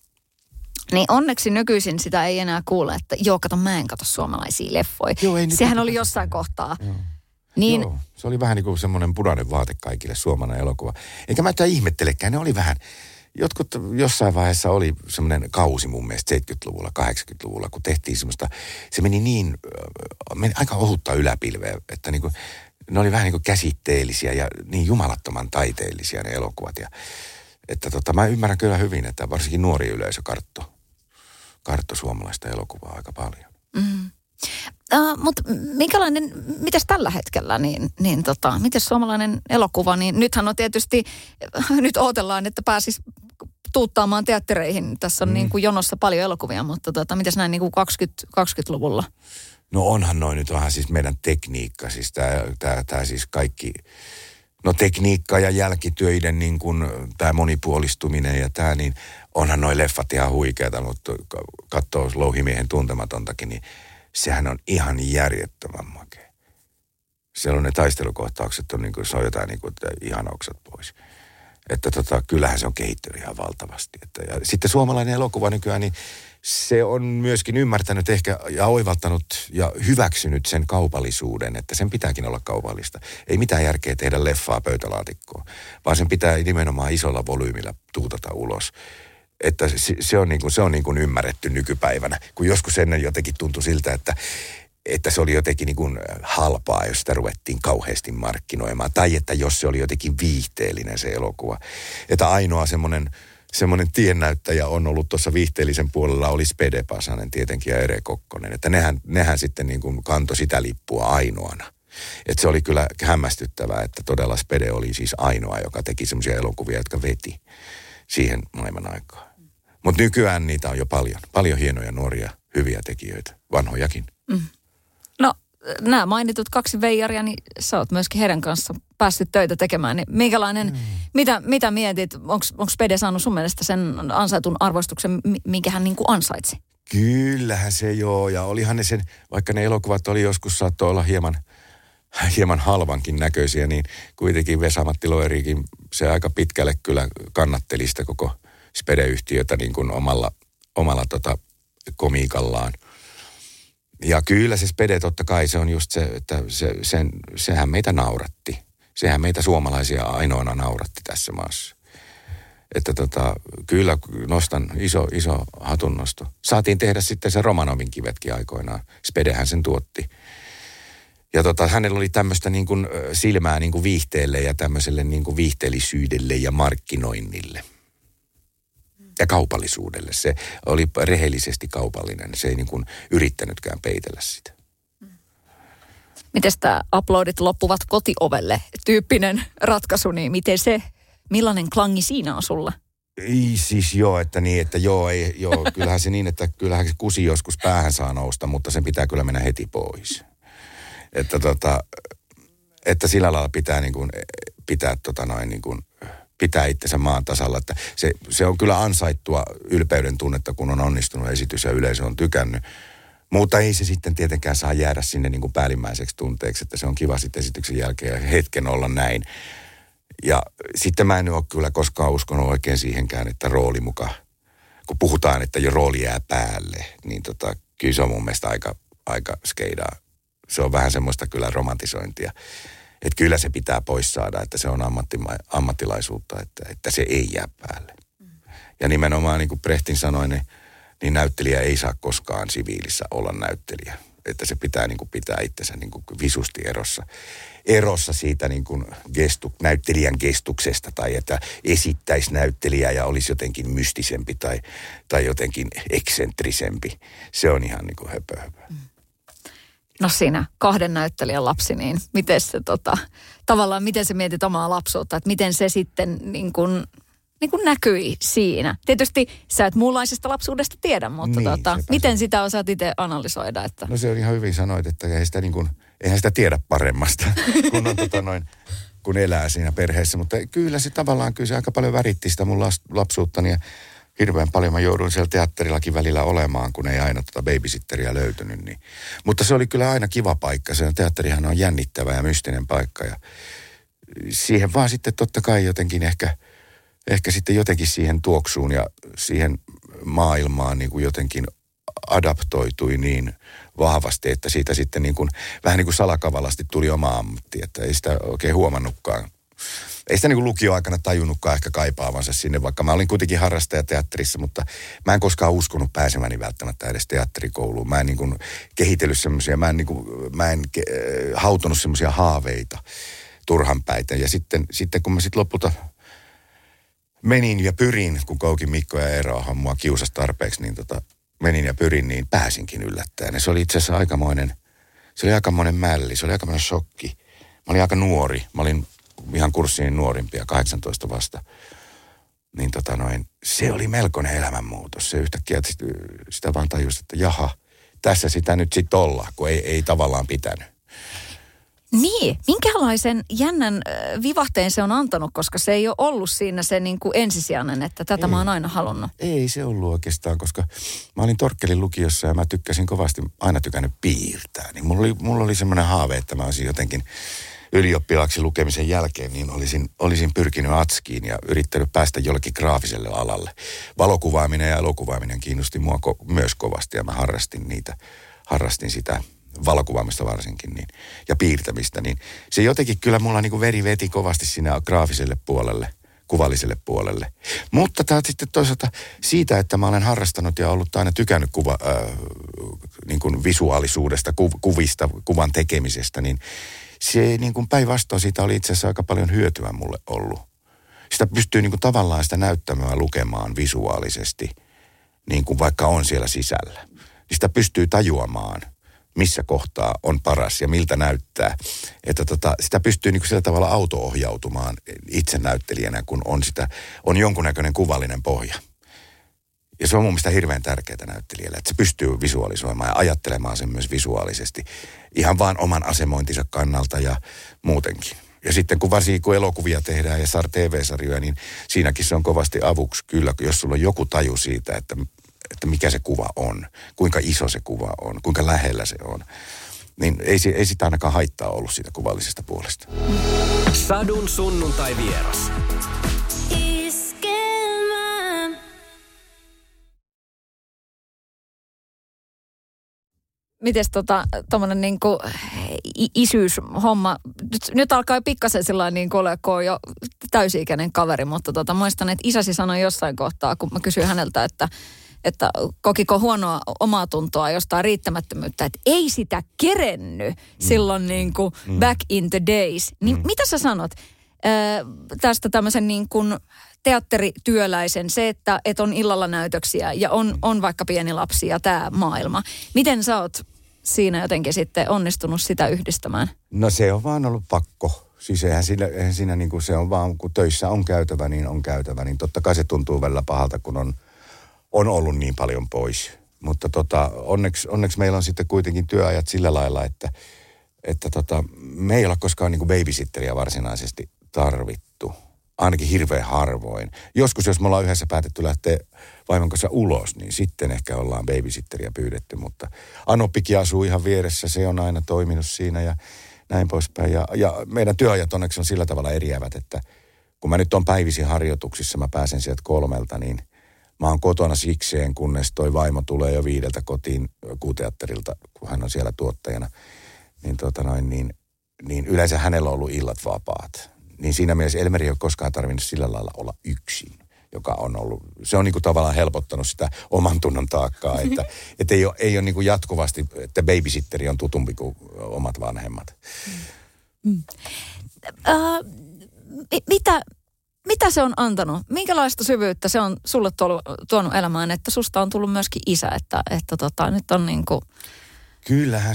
Niin onneksi nykyisin sitä ei enää kuule, että joo, kato, mä en katso suomalaisia leffoja. Joo, ei Sehän oli jossain kohtaa. Joo. Niin, joo, se oli vähän niin kuin semmoinen punainen vaate kaikille, suomalainen elokuva. Eikä mä tätä ihmettelekään, ne oli vähän, jotkut jossain vaiheessa oli semmoinen kausi mun mielestä seitsemänkymmentäluvulla, kahdeksankymmentäluvulla, kun tehtiin semmoista, se meni niin, meni aika ohutta yläpilveä, että niin kuin, ne oli vähän niin kuin käsitteellisiä ja niin jumalattoman taiteellisia ne elokuvat. Ja, että tota, mä ymmärrän kyllä hyvin, että varsinkin nuori yleisö karttoi. kartto suomalaista elokuvaa aika paljon. Mm. Uh, mutta minkälainen, mitäs tällä hetkellä, niin, niin tota, mitäs suomalainen elokuva, niin nythän on tietysti, nyt odotellaan, että pääsis tuuttaamaan teattereihin. Tässä on mm. niin kuin jonossa paljon elokuvia, mutta tota, mitäs näin niin kuin kaksikymmentäluvulla? No onhan noin nyt vähän siis meidän tekniikka, siis tämä siis kaikki, no tekniikka ja jälkitöiden niin kuin tämä monipuolistuminen ja tämä, niin onhan noi leffat ihan huikeata, mutta katsoo Louhimiehen Tuntematontakin, niin sehän on ihan järjettömän makea. Siellä on ne taistelukohtaukset, on niin kuin, se on jotain niin kuin ihanoukset pois. Että tota, kyllähän se on kehittynyt ihan valtavasti. Että, ja sitten suomalainen elokuva nykyään, niin se on myöskin ymmärtänyt ehkä ja oivaltanut ja hyväksynyt sen kaupallisuuden, että sen pitääkin olla kaupallista. Ei mitään järkeä tehdä leffaa pöytälaatikkoon, vaan sen pitää nimenomaan isolla volyymilla tuutata ulos. Että se, se on, niin kuin, se on niin kuin ymmärretty nykypäivänä, kun joskus ennen jotenkin tuntui siltä, että, että se oli jotenkin niin kuin halpaa, jos sitä ruvettiin kauheasti markkinoimaan. Tai että jos se oli jotenkin viihteellinen se elokuva. Että ainoa semmoinen, semmoinen tiennäyttäjä on ollut tuossa viihteellisen puolella oli Spede Pasanen tietenkin ja Ere Kokkonen. Että nehän, nehän sitten niin kuin kantoi sitä lippua ainoana. Että se oli kyllä hämmästyttävää, että todella Spede oli siis ainoa, joka teki semmoisia elokuvia, jotka veti siihen maailman aikaan. Mutta nykyään niitä on jo paljon. Paljon hienoja, nuoria, hyviä tekijöitä. Vanhojakin. Mm. No, nämä mainitut kaksi veijaria, niin sä oot myöskin heidän kanssa päässyt töitä tekemään. Niin minkälainen, mm. mitä, mitä mietit? Onko Spede saanut sun mielestä sen ansaitun arvostuksen, minkä hän niin kuin ansaitsi? Kyllähän se joo. Ja olihan ne sen, vaikka ne elokuvat oli joskus saattoi olla hieman, hieman halvankin näköisiä, niin kuitenkin Vesa-Matti Loerikin se aika pitkälle kyllä kannatteli sitä koko Spede-yhtiötä niin kuin omalla, omalla tota komiikallaan. Ja kyllä se Spede totta kai se on just se, että se, sen, sehän meitä nauratti. Sehän meitä suomalaisia ainoana nauratti tässä maassa. Että tota, kyllä nostan iso, iso hatunnosto. Saatiin tehdä sitten se Romanovin kivetkin aikoinaan. Spedehän sen tuotti. Ja tota, hänellä oli tämmöistä niin kuin silmää niin kuin viihteelle ja tämmöiselle niin kuin viihteellisyydelle ja markkinoinnille. Ja kaupallisuudelle. Se oli rehellisesti kaupallinen. Se ei niin kuin yrittänytkään peitellä sitä. Miten tämä uploadit loppuvat kotiovelle tyyppinen ratkaisu, niin miten se, millainen klangi siinä on sulla? Ei siis joo, että niin, että joo, ei, joo, kyllähän se niin, että kyllähän se kusi joskus päähän saa nousta, mutta sen pitää kyllä mennä heti pois. Että tota, että sillä lailla pitää niin kuin, pitää tota noin niin kuin, pitää itsensä maan tasalla, että se, se on kyllä ansaittua ylpeyden tunnetta, kun on onnistunut esitys ja yleisö on tykännyt. Mutta ei se sitten tietenkään saa jäädä sinne niin kuin päällimmäiseksi tunteeksi, että se on kiva sitten esityksen jälkeen ja hetken olla näin. Ja sitten mä en ole kyllä koskaan uskonut oikein siihenkään, että rooli muka, kun puhutaan, että jo rooli jää päälle, niin tota, kyllä se on mun mielestä aika, aika skeidaa. Se on vähän semmoista kyllä romantisointia. Että kyllä se pitää pois saada, että se on ammattima, ammattilaisuutta, että, että se ei jää päälle. Mm. Ja nimenomaan niin kuin Brechtin sanoi, niin, niin näyttelijä ei saa koskaan siviilissä olla näyttelijä. Että se pitää niin kuin pitää itsensä niin kuin visusti erossa, erossa siitä niin kuin gestu, näyttelijän gestuksesta tai että esittäisi näyttelijää ja olisi jotenkin mystisempi tai, tai jotenkin eksentrisempi. Se on ihan niin kuin höpö, höpö. Mm. no siinä kahden näyttelijän lapsi, niin miten se tota, tavallaan, miten sä mietit omaa lapsuutta, että miten se sitten niin kuin, niin kuin näkyi siinä. Tietysti sä et muunlaisesta lapsuudesta tiedä, mutta niin, tota, miten sitä osaat itse analysoida? Että... No se on ihan hyvin sanoit, että eihän sitä, niin kuin, eihän sitä tiedä paremmasta, kun, on, tota noin, kun elää siinä perheessä. Mutta kyllä se tavallaan, kyllä se aika paljon väritti sitä mun lapsuuttani ja hirveän paljon mä jouduin siellä teatterillakin välillä olemaan, kun ei aina tota babysitteriä löytynyt. Niin. Mutta se oli kyllä aina kiva paikka. Se teatterihan on jännittävä ja mystinen paikka. Ja siihen vaan sitten totta kai jotenkin ehkä, ehkä sitten jotenkin siihen tuoksuun ja siihen maailmaan niin kuin jotenkin adaptoitui niin vahvasti, että siitä sitten niin kuin, vähän niin kuin salakavalasti tuli oma ammatti, että ei sitä oikein huomannutkaan. Ei sitä niin kuin lukioaikana tajunnutkaan ehkä kaipaavansa sinne, vaikka mä olin kuitenkin harrastaja teatterissa, mutta mä en koskaan uskonut pääsemäni välttämättä edes teatterikouluun. Mä en niin kuin kehitellyt semmoisia, mä en, niin kuin, mä en ke- hautonut semmoisia haaveita turhanpäitä. Ja sitten, sitten kun mä sitten lopulta menin ja pyrin, kun Koukin Mikko ja Eerohan mua kiusasi tarpeeksi, niin tota, menin ja pyrin, niin pääsinkin yllättäen. Ja se oli itse asiassa aikamoinen, se oli aikamoinen mälli, se oli aikamoinen shokki. Mä olin aika nuori, mä olin ihan kurssiin nuorimpia, kahdeksantoista vasta. Niin tota noin, se oli melkoinen elämänmuutos. Se yhtäkkiä sitä vaan tajusi, että jaha, tässä sitä nyt sitten ollaan, kun ei, ei tavallaan pitänyt. Niin, minkälaisen jännän vivahteen se on antanut, koska se ei ole ollut siinä se niin kuin ensisijainen, että tätä ei, mä oon aina halunnut. Ei se ollut oikeastaan, koska mä olin Torkkelin lukiossa ja mä tykkäsin kovasti, aina tykännyt piirtää. Niin mulla oli, mulla oli semmoinen haave, että mä olisin jotenkin ylioppilaaksi lukemisen jälkeen, niin olisin, olisin pyrkinyt atskiin ja yrittänyt päästä jollekin graafiselle alalle. Valokuvaaminen ja elokuvaaminen kiinnosti mua ko- myös kovasti ja mä harrastin niitä, harrastin sitä valokuvaamista varsinkin niin, ja piirtämistä. Niin se jotenkin kyllä mulla niin kuin veri veti kovasti sinne graafiselle puolelle, kuvalliselle puolelle. Mutta tämä sitten toisaalta siitä, että mä olen harrastanut ja ollut aina tykännyt kuva, äh, niin kuin visuaalisuudesta, ku, kuvista, kuvan tekemisestä, niin se niin kuin päinvastoin siitä oli itse asiassa aika paljon hyötyä mulle ollut. Sitä pystyy niin kuin tavallaan sitä näyttämöä lukemaan visuaalisesti, niin kuin vaikka on siellä sisällä. Sitä pystyy tajuamaan, missä kohtaa on paras ja miltä näyttää. Että tota, sitä pystyy niin kuin sillä tavalla auto-ohjautumaan itse näyttelijänä, kun on, sitä, on jonkunnäköinen kuvallinen pohja. Ja se on mun mielestä hirveän tärkeää näyttelijälle, että se pystyy visualisoimaan ja ajattelemaan sen myös visuaalisesti. Ihan vaan oman asemointinsa kannalta ja muutenkin. Ja sitten kun varsinkin kun elokuvia tehdään ja T V-sarjoja, niin siinäkin se on kovasti avuksi kyllä, jos sulla on joku taju siitä, että, että mikä se kuva on, kuinka iso se kuva on, kuinka lähellä se on. Niin ei, ei sitä ainakaan haittaa ollut siitä kuvallisesta puolesta. Sadun sunnuntai vieras. Mites tota, tommonen niinku isyyshomma, nyt, nyt alkaa jo pikkasen sillä niin kuin ole, kun on jo täysi-ikäinen kaveri, mutta tota, muistan, että isäsi sanoi jossain kohtaa, kun mä kysyin häneltä, että, että kokiko huonoa omaa tuntoa jostain riittämättömyyttä, että ei sitä kerennyt mm. silloin niin kuin mm. back in the days. Niin mm. mitä sä sanot ää, tästä tämmöisen niin kuin teatterityöläisen, se, että, että on illalla näytöksiä ja on, on vaikka pieni lapsi ja tämä maailma. Miten sä oot siinä jotenkin sitten onnistunut sitä yhdistämään? No se on vaan ollut pakko. Siis eihän siinä, eihän siinä niin kuin se on vaan, kun töissä on käytävä, niin on käytävä. Niin totta kai se tuntuu välillä pahalta, kun on, on ollut niin paljon pois. Mutta tota, onneksi, onneksi meillä on sitten kuitenkin työajat sillä lailla, että, että tota, me ei olla koskaan niin kuin babysitteriä varsinaisesti tarvittu. Ainakin hirveän harvoin. Joskus, jos me ollaan yhdessä päätetty lähteä vaimon kanssa ulos, niin sitten ehkä ollaan babysitteriä pyydetty. Mutta Anoppikin asuu ihan vieressä, se on aina toiminut siinä ja näin poispäin. Ja, ja meidän työajat onneksi on sillä tavalla eriävät, että kun mä nyt on päivisin harjoituksissa, mä pääsen sieltä kolmelta, niin mä oon kotona sikseen, kunnes toi vaimo tulee jo viideltä kotiin Kuuteatterilta, kun hän on siellä tuottajana. Niin, tota noin, niin, niin yleensä hänellä on ollut illat vapaat. Niin siinä mielessä Elmeri ei ole koskaan tarvinnut sillä lailla olla yksin, joka on ollut, se on niin kuin tavallaan helpottanut sitä oman tunnon taakkaa, että, että ei ole, ei ole niin kuin jatkuvasti, että babysitteri on tutumpi kuin omat vanhemmat. Mm. Uh, mitä, mitä se on antanut? Minkälaista syvyyttä se on sulle tuonut, tuonut elämään, että susta on tullut myöskin isä, että, että tota, nyt on niin kuin... Kyllähän se,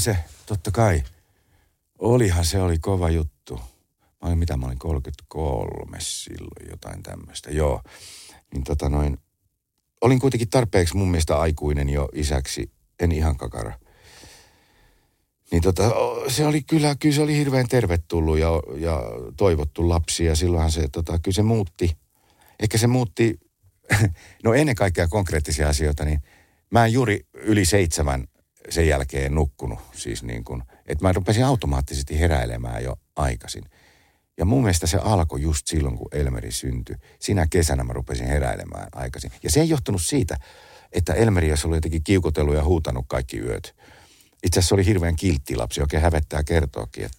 totta kai. Olihan se oli kova juttu. Mä olin, mitä mä olin, kolmekymmentäkolme silloin, jotain tämmöistä. Joo, niin tota noin, olin kuitenkin tarpeeksi mun mielestä aikuinen jo isäksi, en ihan kakara. Niin tota, se oli kyllä, kyllä se oli hirveän tervetullut ja, ja toivottu lapsi ja silloinhan se, tota, kyllä se muutti. Ehkä se muutti, no ennen kaikkea konkreettisia asioita, niin mä en juuri yli seitsemän sen jälkeen nukkunut. Siis niin kuin, että mä rupesin automaattisesti heräilemään jo aikaisin. Ja mun mielestä se alkoi just silloin, kun Elmeri syntyi. Sinä kesänä mä rupesin heräilemään aikaisin. Ja se ei johtunut siitä, että Elmeri olisi ollut jotenkin kiukutellut ja huutanut kaikki yöt. Itse asiassa se oli hirveän kiltti lapsi, oikein hävettää kertoakin, että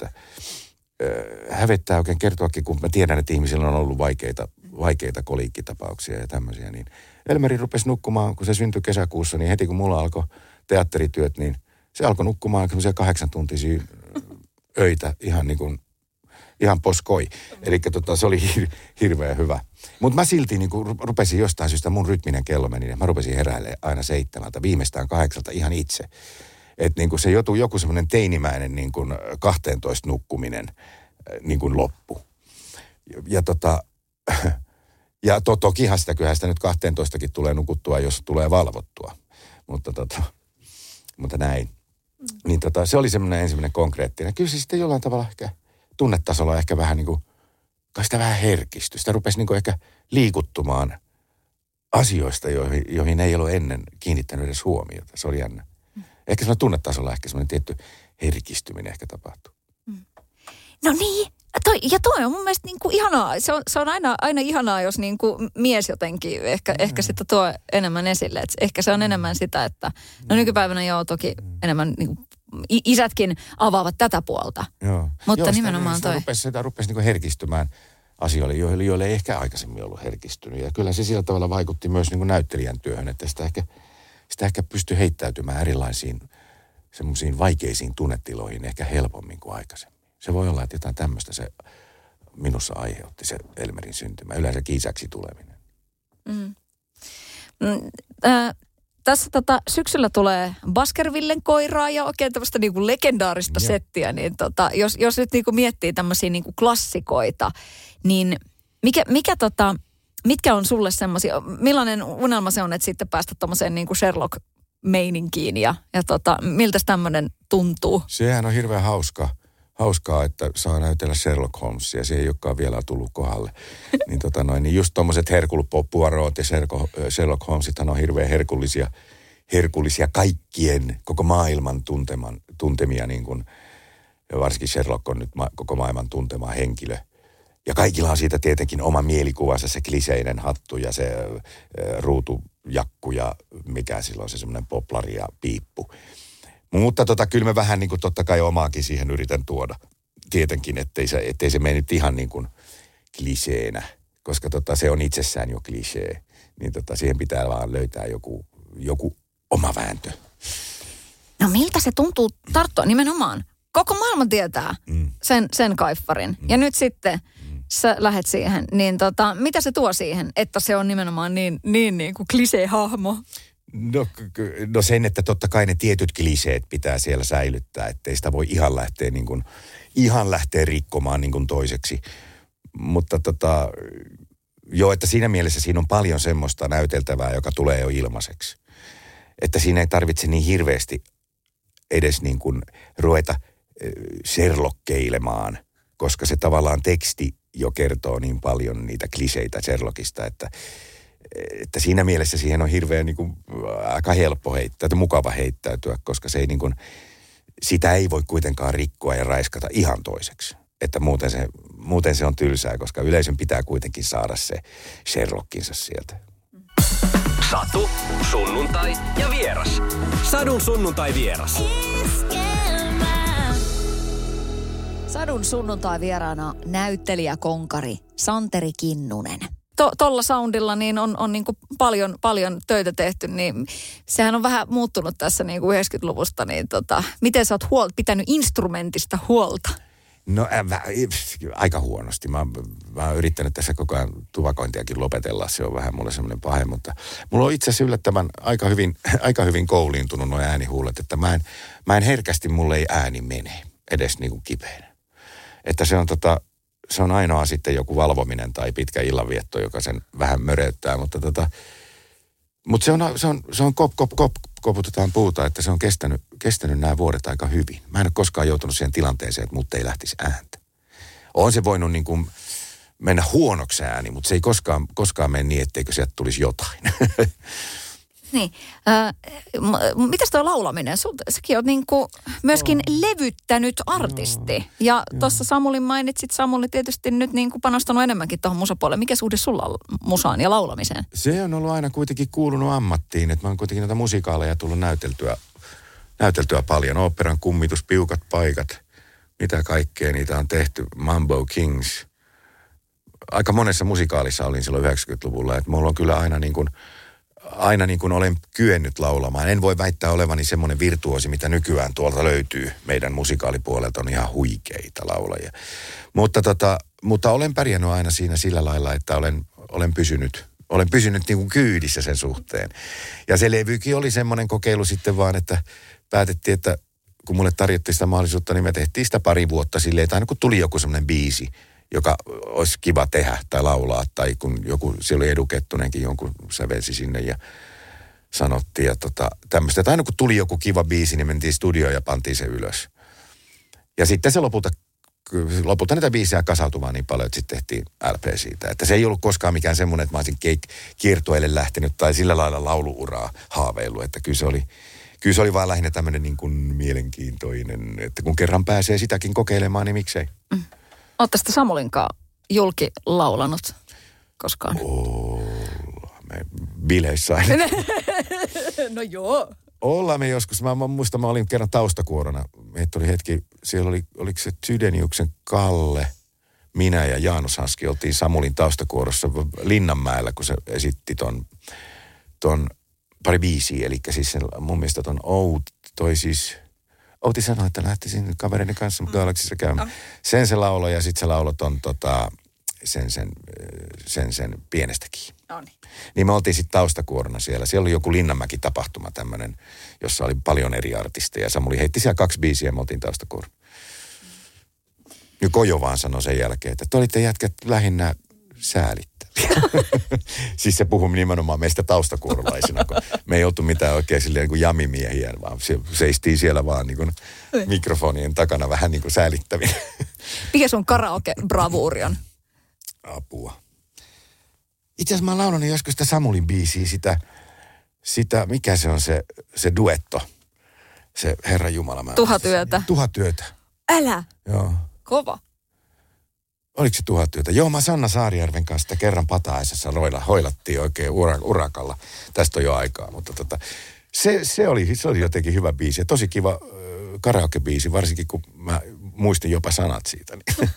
äh, hävettää oikein kertoakin, kun mä tiedän, että ihmisillä on ollut vaikeita, vaikeita koliikkitapauksia ja tämmöisiä. Niin Elmeri rupesi nukkumaan, kun se syntyi kesäkuussa, niin heti kun mulla alkoi teatterityöt, niin se alkoi nukkumaan semmoisia kahdeksan tuntisia öitä ihan niin kuin, ihan poskoi. Eli tota, se oli hir- hirveän hyvä. Mutta mä silti niin kuin rupesin jostain syystä, mun rytminen kello meni, mä rupesin heräilemään aina seitsemältä, viimeistään kahdeksalta ihan itse. Että niin kuin se joutui joku semmoinen teinimäinen niin kuin kahteentoista nukkuminen niin kuin loppu. Ja, ja tota, ja to, tokihan sitä, kyllähän sitä nyt kahteentoistakin tulee nukuttua, jos tulee valvottua. Mutta tota, mutta näin. Niin tota, se oli semmoinen ensimmäinen konkreettinen. Kyllä se sitten jollain tavalla ehkä tunnetasolla ehkä vähän niin kuin, kai sitä vähän herkistyi. Sitä rupesi niin kuin ehkä liikuttumaan asioista, joihin, joihin ei ollut ennen kiinnittänyt edes huomiota. Se oli jännä. Ehkä semmoinen tunnetasolla ehkä semmoinen tietty herkistyminen ehkä tapahtuu. No niin, toi, ja toi on mun mielestä niin kuin ihanaa. Se on, se on aina, aina ihanaa, jos niin kuin mies jotenkin ehkä, mm. ehkä sitä tuo enemmän esille. Et ehkä se on enemmän sitä, että no nykypäivänä joo toki enemmän niin kuin isätkin avaavat tätä puolta. Joo. Mutta joo, nimenomaan sitä, toi. Sitä rupesi, sitä rupesi niin kuin herkistymään asioille, joille, joille ei ehkä aikaisemmin ollut herkistynyt. Ja kyllä se sillä tavalla vaikutti myös niin kuin näyttelijän työhön, että sitä ehkä, sitä ehkä pystyi heittäytymään erilaisiin semmoisiin vaikeisiin tunnetiloihin ehkä helpommin kuin aikaisemmin. Se voi olla, että jotain tämmöistä se minussa aiheutti, se Elmerin syntymä. Yleensä isäksi tuleminen. Mm. Mm, äh, tässä tota, syksyllä tulee Baskervillen koiraa ja oikein tämmöistä niinku legendaarista ja. settiä. Niin tota, jos, jos nyt niinku miettii tämmöisiä niinku klassikoita, niin mikä, mikä tota, mitkä on sulle semmoisia, millainen unelma se on, että sitten päästä tommoseen niinku Sherlock-meininkiin ja, ja tota, miltä tämmöinen tuntuu? Sehän on hirveän hauska. Hauskaa, että saa näytellä Sherlock Holmesia. Se ei olekaan vielä tullut kohdalle. niin, tota noin, niin just tommoset Hercule Poirot ja Sherlock Holmesithan on hirveän herkullisia, herkullisia kaikkien, koko maailman tunteman, tuntemia, niin kuin, varsinkin Sherlock on nyt ma- koko maailman tuntema henkilö. Ja kaikilla on siitä tietenkin oma mielikuvansa, se kliseinen hattu ja se ä, ruutujakku ja mikä silloin se semmoinen poplari ja piippu. Mutta tota, kyllä mä vähän niin kuin totta kai omaakin siihen yritän tuoda. Tietenkin, ettei se, ettei se mene nyt ihan niin kuin kliseenä, koska tota, se on itsessään jo klisee. Niin tota, siihen pitää vaan löytää joku, joku oma vääntö. No miltä se tuntuu tarttua nimenomaan? Koko maailma tietää mm. sen, sen kaiffarin. Mm. Ja nyt sitten mm. sä lähet siihen. Niin tota, mitä se tuo siihen, että se on nimenomaan niin, niin, niin kuin klisee-hahmo? No, no sen, että totta kai ne tietyt kliseet pitää siellä säilyttää, ettei sitä voi ihan lähteä, niin kuin, ihan lähteä rikkomaan niin kuin toiseksi. Mutta tota, joo, että siinä mielessä siinä on paljon semmoista näyteltävää, joka tulee jo ilmaiseksi. Että siinä ei tarvitse niin hirveästi edes niin kuin ruveta Sherlockkeilemaan, koska se tavallaan teksti jo kertoo niin paljon niitä kliseitä Sherlockista, että että siinä mielessä siihen on hirveän niin kuin, aika helppo heittäytyä, mukava heittäytyä, koska se ei niin kuin, sitä ei voi kuitenkaan rikkoa ja raiskata ihan toiseksi. Että muuten se, muuten se on tylsää, koska yleisön pitää kuitenkin saada se Sherlockinsa sieltä. Satu, sunnuntai ja vieras. Sadun sunnuntai vieras. Sadun sunnuntai vieraana näyttelijä konkari Santeri Kinnunen. To, tolla soundilla niin on, on niin kuin paljon, paljon töitä tehty, niin sehän on vähän muuttunut tässä niin kuin yhdeksänkymmentäluvusta. Niin tota, miten sä oot huol, pitänyt instrumentista huolta? No äh, aika huonosti. Mä, mä oon yrittänyt tässä koko ajan tupakointiakin lopetella. Se on vähän mulle semmoinen pahe, mutta mulla on itse asiassa yllättävän aika hyvin, aika hyvin kouliintunut nuo äänihuulet, että mä en, mä en herkästi, mulle ei ääni mene edes niin kuin kipeänä. Että se on, tota, se on ainoa sitten joku valvominen tai pitkä illanvietto, joka sen vähän möreyttää, mutta tota, Mutta se on, se on, se on kop, kop, kop, koputetaan puuta, että se on kestänyt, kestänyt nämä vuodet aika hyvin. Mä en ole koskaan joutunut siihen tilanteeseen, että mut ei lähtisi ääntä. On se voinut niin kuin mennä huonoksi ääni, mutta se ei koskaan, koskaan mene niin, etteikö sieltä tulisi jotain. Niin. Äh, mitäs tuo laulaminen? Sul, säkin oot niinku myöskin oh. levyttänyt artisti. No. Ja tuossa Samulin mainitsit. Samuli tietysti nyt niinku panostanut enemmänkin tuohon musapuolelle. Mikä suhde sulla on musaan ja laulamiseen? Se on ollut aina kuitenkin kuulunut ammattiin. Että mä oon kuitenkin noita musikaaleja tullut näyteltyä, näyteltyä paljon. Oopperan kummitus, piukat paikat. Mitä kaikkea niitä on tehty. Mambo Kings. Aika monessa musikaalissa olin silloin yhdeksänkymmentäluvulla. Että mulla on kyllä aina niin kuin... Aina niin kuin olen kyennyt laulamaan. En voi väittää olevani semmoinen virtuosi, mitä nykyään tuolta löytyy. Meidän musikaalipuolelta on ihan huikeita laulajia. Mutta, tota, mutta olen pärjännyt aina siinä sillä lailla, että olen, olen pysynyt, olen pysynyt niin kuin kyydissä sen suhteen. Ja se levykin oli semmoinen kokeilu sitten vaan, että päätettiin, että kun mulle tarjottiin sitä mahdollisuutta, niin me tehtiin sitä pari vuotta silleen, että aina kun tuli joku semmoinen biisi, joka olisi kiva tehdä tai laulaa, tai kun joku, siellä oli Edu Kettunenkin jonkun sävelsi sinne ja sanottiin, ja tota, tämmöistä, että aina kun tuli joku kiva biisi, niin mentiin studioon ja pantiin se ylös. Ja sitten se lopulta, lopulta niitä biisejä kasautumaan niin paljon, että sitten tehtiin L P siitä. Että se ei ollut koskaan mikään semmoinen, että mä olisin keik- kiertueelle lähtenyt tai sillä lailla lauluuraa haaveillut, että kyllä se oli, kyllä se oli vaan lähinnä tämmöinen niin kuin mielenkiintoinen, että kun kerran pääsee sitäkin kokeilemaan, niin miksei. Mm. Ootte sitä Samulinkaan julki laulanut koskaan? Ollaan me bileissä aina. No joo. Ollaan me joskus. Mä, mä muistan, mä olin kerran taustakuorona. Meitä oli hetki, siellä oli, oliko se Tydeniuksen Kalle, minä ja Jaanus Hanski oltiin Samulin taustakuorossa Linnanmäellä, kun se esitti ton, ton pari biisiä. Eli siis sen, mun mielestä ton Out, toi siis... Outi sanoi, että lähtisin kavereiden kanssa Galaxissa käymään. Sen se lauloi ja sitten se lauloi ton tota, sen, sen, sen, sen pienestäkin. No niin. Niin me oltiin sitten taustakuorona siellä. Siellä oli joku Linnanmäki-tapahtuma tämmöinen, jossa oli paljon eri artisteja. Samuli heitti siellä kaksi biisiä ja me oltiin taustakuorona. Ja Kojo vaan sanoi sen jälkeen, että te olitte jätkät lähinnä säälittäviä. Siis se puhui nimenomaan meistä taustakuorolaisina, kun me ei oltu mitään oikein silleen niin kuin jamimiehiä, vaan se, seistiin siellä vaan niin kuin mikrofonien takana vähän niin kuin säälittäviä. Mikä sun karaoke-bravuuri on? Apua. Itse asiassa mä oon laulannut joskus sitä Samulin biisiä, sitä, sitä mikä se on se, se duetto, se Herra Jumala. Mä Tuhat yötä. Tuhat yötä. Älä. Joo. Kova. Oliko se tuhat yötä? Joo, mä Sanna Saarijärven kanssa sitä kerran Pataisessa roila, hoilattiin oikein ura, urakalla. Tästä on jo aikaa, mutta tota, se, se, oli, se oli jotenkin hyvä biisi. Ja tosi kiva äh, karaoke-biisi, varsinkin kun mä muistin jopa sanat siitä. Niin.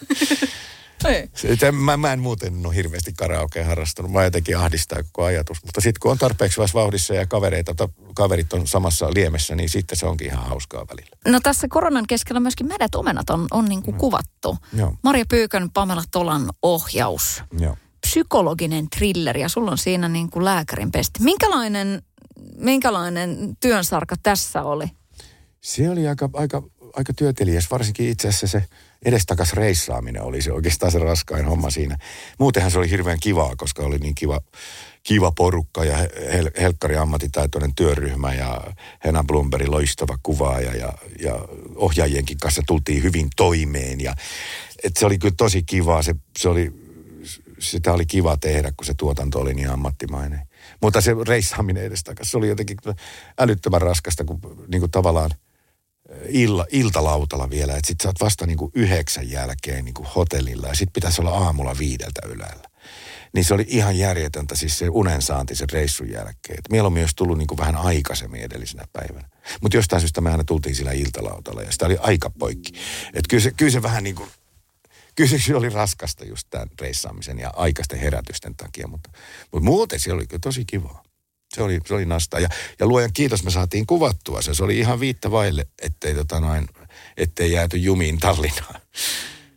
Se, mä, mä en muuten ole hirveästi karaokea harrastanut. Mä jotenkin ahdistaa koko ajatus. Mutta sitten kun on tarpeeksi vauhdissa ja kavereita, kaverit on samassa liemessä, niin sitten se onkin ihan hauskaa välillä. No tässä koronan keskellä myöskin Mädät omenat on, on niin kuin no. kuvattu. Joo. Marja Pyykön, Pamela Tolan ohjaus. Joo. Psykologinen thrilleri ja sulla on siinä niin kuin lääkärin pesti. Minkälainen, minkälainen työnsarka tässä oli? Se oli aika, aika, aika työteliäs, varsinkin itse asiassa se edestakas reissaaminen oli se oikeastaan se raskain homma siinä. Muutenhan se oli hirveän kivaa, koska oli niin kiva, kiva porukka ja Hel- Helkkari ammattitaitoinen työryhmä ja Henna Blomberg loistava kuvaaja ja, ja ohjaajienkin kanssa tultiin hyvin toimeen. Ja, et se oli kyllä tosi kivaa, se, se oli, sitä oli kiva tehdä, kun se tuotanto oli niin ammattimainen. Mutta se reissaaminen edestakas, se oli jotenkin älyttömän raskasta, kun niin kuin tavallaan Illa, iltalautalla vielä, että sit sä oot vasta niinku yhdeksän jälkeen niinku hotellilla ja sit pitäisi olla aamulla viideltä ylällä. Niin se oli ihan järjetöntä siis se unensaanti sen reissun jälkeen. Et mieluummin olisi tullut niinku vähän aikaisemmin edellisenä päivänä. Mutta jostain syystä me aina tultiin sillä iltalautalla ja sitä oli aika poikki. Että kyllä se, kyllä se vähän niinku, kyllä se oli raskasta just tämän reissaamisen ja aikaisten herätysten takia. Mutta, mutta muuten se oli kyllä tosi kivaa. Se oli, se oli nastaa. Ja, ja luojan kiitos, me saatiin kuvattua se. Se oli ihan viittä vaille, ettei, tota noin, ettei jääty jumiin Tallinnaan.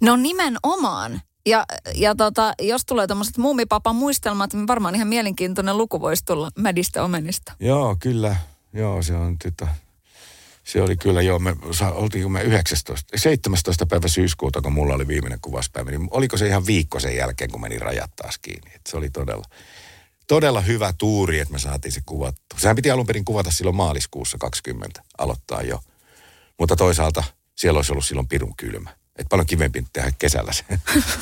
No nimenomaan. Ja, ja tota, jos tulee tommoset muumipapan muistelmat, niin varmaan ihan mielenkiintoinen luku voisi tulla Mädistä omenista. Joo, kyllä. Joo, se on tytö. Se oli kyllä, joo, me oltiin me yhdeksästoista, seitsemästoista päivä syyskuuta, kun mulla oli viimeinen kuvauspäivä, niin oliko se ihan viikko sen jälkeen, kun meni rajat taas kiinni. Et se oli todella, todella hyvä tuuri, että me saatiin se kuvattu. Sehän piti alun perin kuvata silloin maaliskuussa kaksikymmentä, aloittaa jo. Mutta toisaalta siellä olisi ollut silloin pirun kylmä. Että paljon kivempi tehdä kesällä se.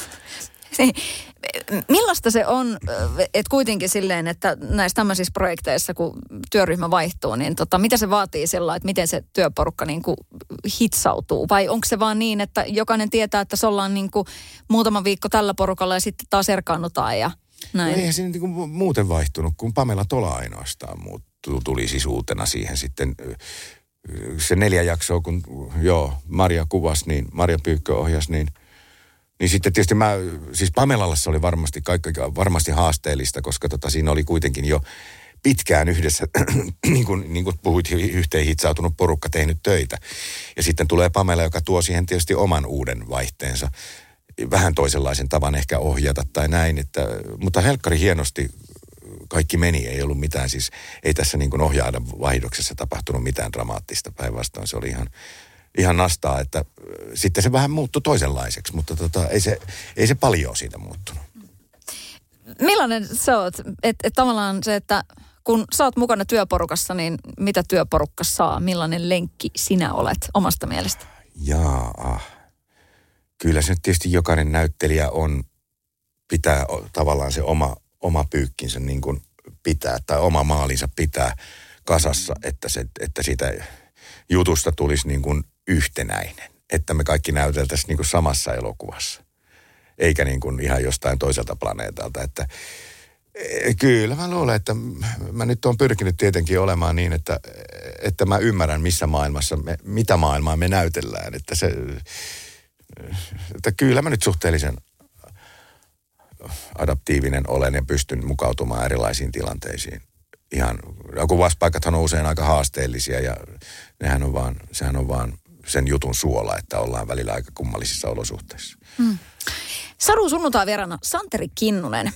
Millaista se on, että kuitenkin silleen, että näissä tämmöisissä projekteissa, kun työryhmä vaihtuu, niin tota, mitä se vaatii sillä, että miten se työporukka niin kuin hitsautuu? Vai onko se vaan niin, että jokainen tietää, että se ollaan niin kuin muutama viikko tällä porukalla ja sitten taas erkaannutaan ja näin? No eihän se niin kuin muuten vaihtunut, kun Pamela Tola ainoastaan muuttuu, tuli siis uutena siihen sitten. Se neljä jaksoa, kun joo, Maria kuvasi, niin Maria Pyykkö ohjasi, niin Niin sitten tietysti mä, siis Pamelalla se oli varmasti, kaikki, varmasti haasteellista, koska tota, siinä oli kuitenkin jo pitkään yhdessä, niin kuin, niin kuin puhuit, yhteen hitsautunut porukka tehnyt töitä. Ja sitten tulee Pamela, joka tuo siihen tietysti oman uuden vaihteensa, vähän toisenlaisen tavan ehkä ohjata tai näin. Että, mutta helkkari hienosti kaikki meni, ei ollut mitään, siis ei tässä niin kuin ohjaada vaihdoksessa tapahtunut mitään dramaattista. Päinvastoin se oli ihan... Ihan nastaa, että sitten se vähän muuttui toisenlaiseksi, mutta tota, ei, se, ei se paljon siitä muuttunut. Millainen sä oot? Että et tavallaan se, että kun sä oot mukana työporukassa, niin mitä työporukka saa? Millainen lenkki sinä olet omasta mielestä? Jaa, kyllä se nyt tietysti jokainen näyttelijä on, pitää tavallaan se oma, oma pyykkinsä niin kuin pitää, tai oma maalinsa pitää kasassa, että, se, että siitä jutusta tulisi niin kuin yhtenäinen, että me kaikki näyteltäisiin niin kuin samassa elokuvassa, eikä niin kuin ihan jostain toiselta planeetalta. Että kyllä mä luulen, että mä nyt oon pyrkinyt tietenkin olemaan niin, että, että mä ymmärrän missä maailmassa, me, mitä maailmaa me näytellään. Että, se, että kyllä mä nyt suhteellisen adaptiivinen olen ja pystyn mukautumaan erilaisiin tilanteisiin. Ihan, kuvauspaikathan on usein aika haasteellisia ja nehän on vaan, sehän on vaan sen jutun suola, että ollaan välillä aika kummallisissa olosuhteissa. Hmm. Sadun sunnuntai vieraana Santeri Kinnunen.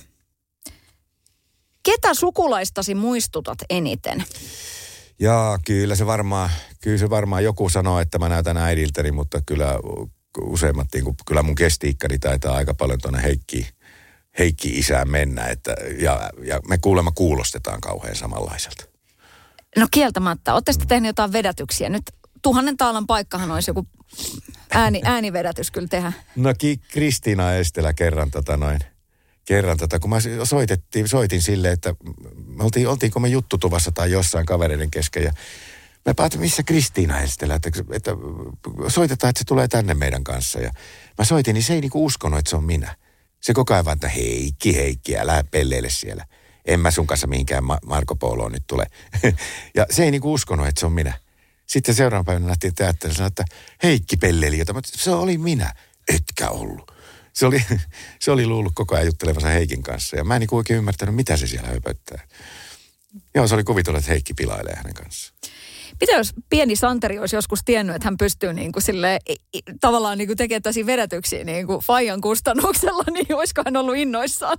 Ketä sukulaistasi muistutat eniten? Jaa, kyllä se varmaan, kyllä se varmaan joku sanoo, että mä näytän äidiltäni, mutta kyllä useimmat, niin kuin, kyllä mun kesti-ikkani taitaa aika paljon tuonne Heikki, Heikki-isään mennä, että, ja, ja me kuulemma kuulostetaan kauhean samanlaiselta. No kieltämättä. Ootte sitten tehnyt jotain vedätyksiä? Nyt tuhannen taalan paikkahan olisi joku ääni, äänivedätys kyllä tehdä. No ki, Kristiina Estelä kerran tota noin, kerran tota, kun mä soitettiin, soitin silleen, että me oltiin, oltiinko me juttutuvassa tai jossain kavereiden kesken ja mä päätin, missä Kristiina Estelä, että, että soitetaan, että se tulee tänne meidän kanssa ja mä soitin, niin se ei niinku uskonut, että se on minä. Se koko ajan vaan, että Heikki, Heikki, älä pelleile siellä. En mä sun kanssa mihinkään Marko Poloon nyt tule. Ja se ei niinku uskonut, että se on minä. Sitten seuraavan päivänä lähti teatterille sanoa, että Heikki pelleili jotain. Se oli minä. Etkä ollut. Se oli, se oli luullut koko ajan juttelevansa Heikin kanssa. Ja mä en niinku oikein ymmärtänyt, mitä se siellä höpöttää. Joo, se oli kuvitellut, että Heikki pilailee hänen kanssaan. Mitä jos pieni Santeri olisi joskus tiennyt, että hän pystyy niin kuin silleen, tavallaan niin kuin tekemään tällaisia vedätyksiä niin kuin Fajan kustannuksella, niin olisiko hän ollut innoissaan?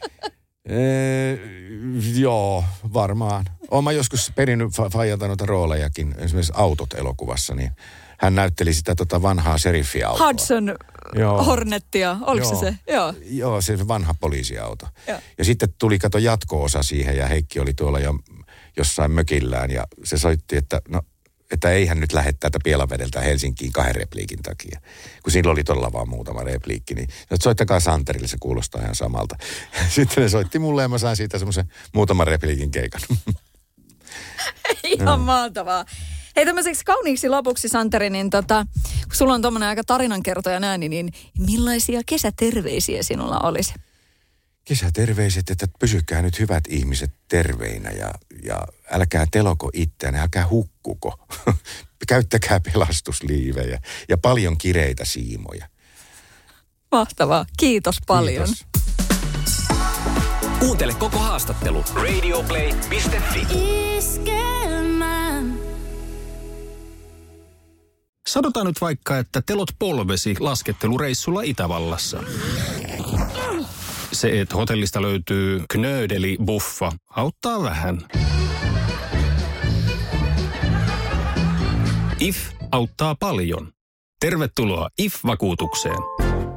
Ee, joo, varmaan. Olen mä joskus perinnyt Fajalta noita roolejakin, esimerkiksi Autot-elokuvassa, niin hän näytteli sitä tota vanhaa seriffiautoa. Hudson joo. Hornettia, oliko joo. se se? Joo. Joo, se vanha poliisiauto. Joo. Ja sitten tuli kato jatko-osa siihen ja Heikki oli tuolla jo jossain mökillään ja se soitti, että no, että eihän nyt lähde täältä Pielavedeltä Helsinkiin kahden repliikin takia. Kun siinä oli todella vaan muutama repliikki, niin että soittakaa Santerille, se kuulostaa ihan samalta. Sitten ne soitti mulle ja mä sain siitä semmoisen muutaman repliikin keikan. Ihan no. Mahtavaa. Hei, tämmöiseksi kauniiksi lopuksi, Santeri, niin tota, kun sulla on tommoinen aika tarinankertoja ääni, niin millaisia kesäterveisiä sinulla olisi? Kesäterveiset, että pysykää nyt hyvät ihmiset terveinä ja, ja älkää teloko itseänne, älkää hukkuko. Käyttäkää pelastusliivejä ja paljon kireitä siimoja. Mahtavaa. Kiitos paljon. Kiitos. Kuuntele koko haastattelu radioplay piste fi. Sanotaan nyt vaikka, että telot polvesi laskettelureissulla Itävallassa. Se, että hotellista löytyy knöydeli-buffa, auttaa vähän. I F auttaa paljon. Tervetuloa I F-vakuutukseen.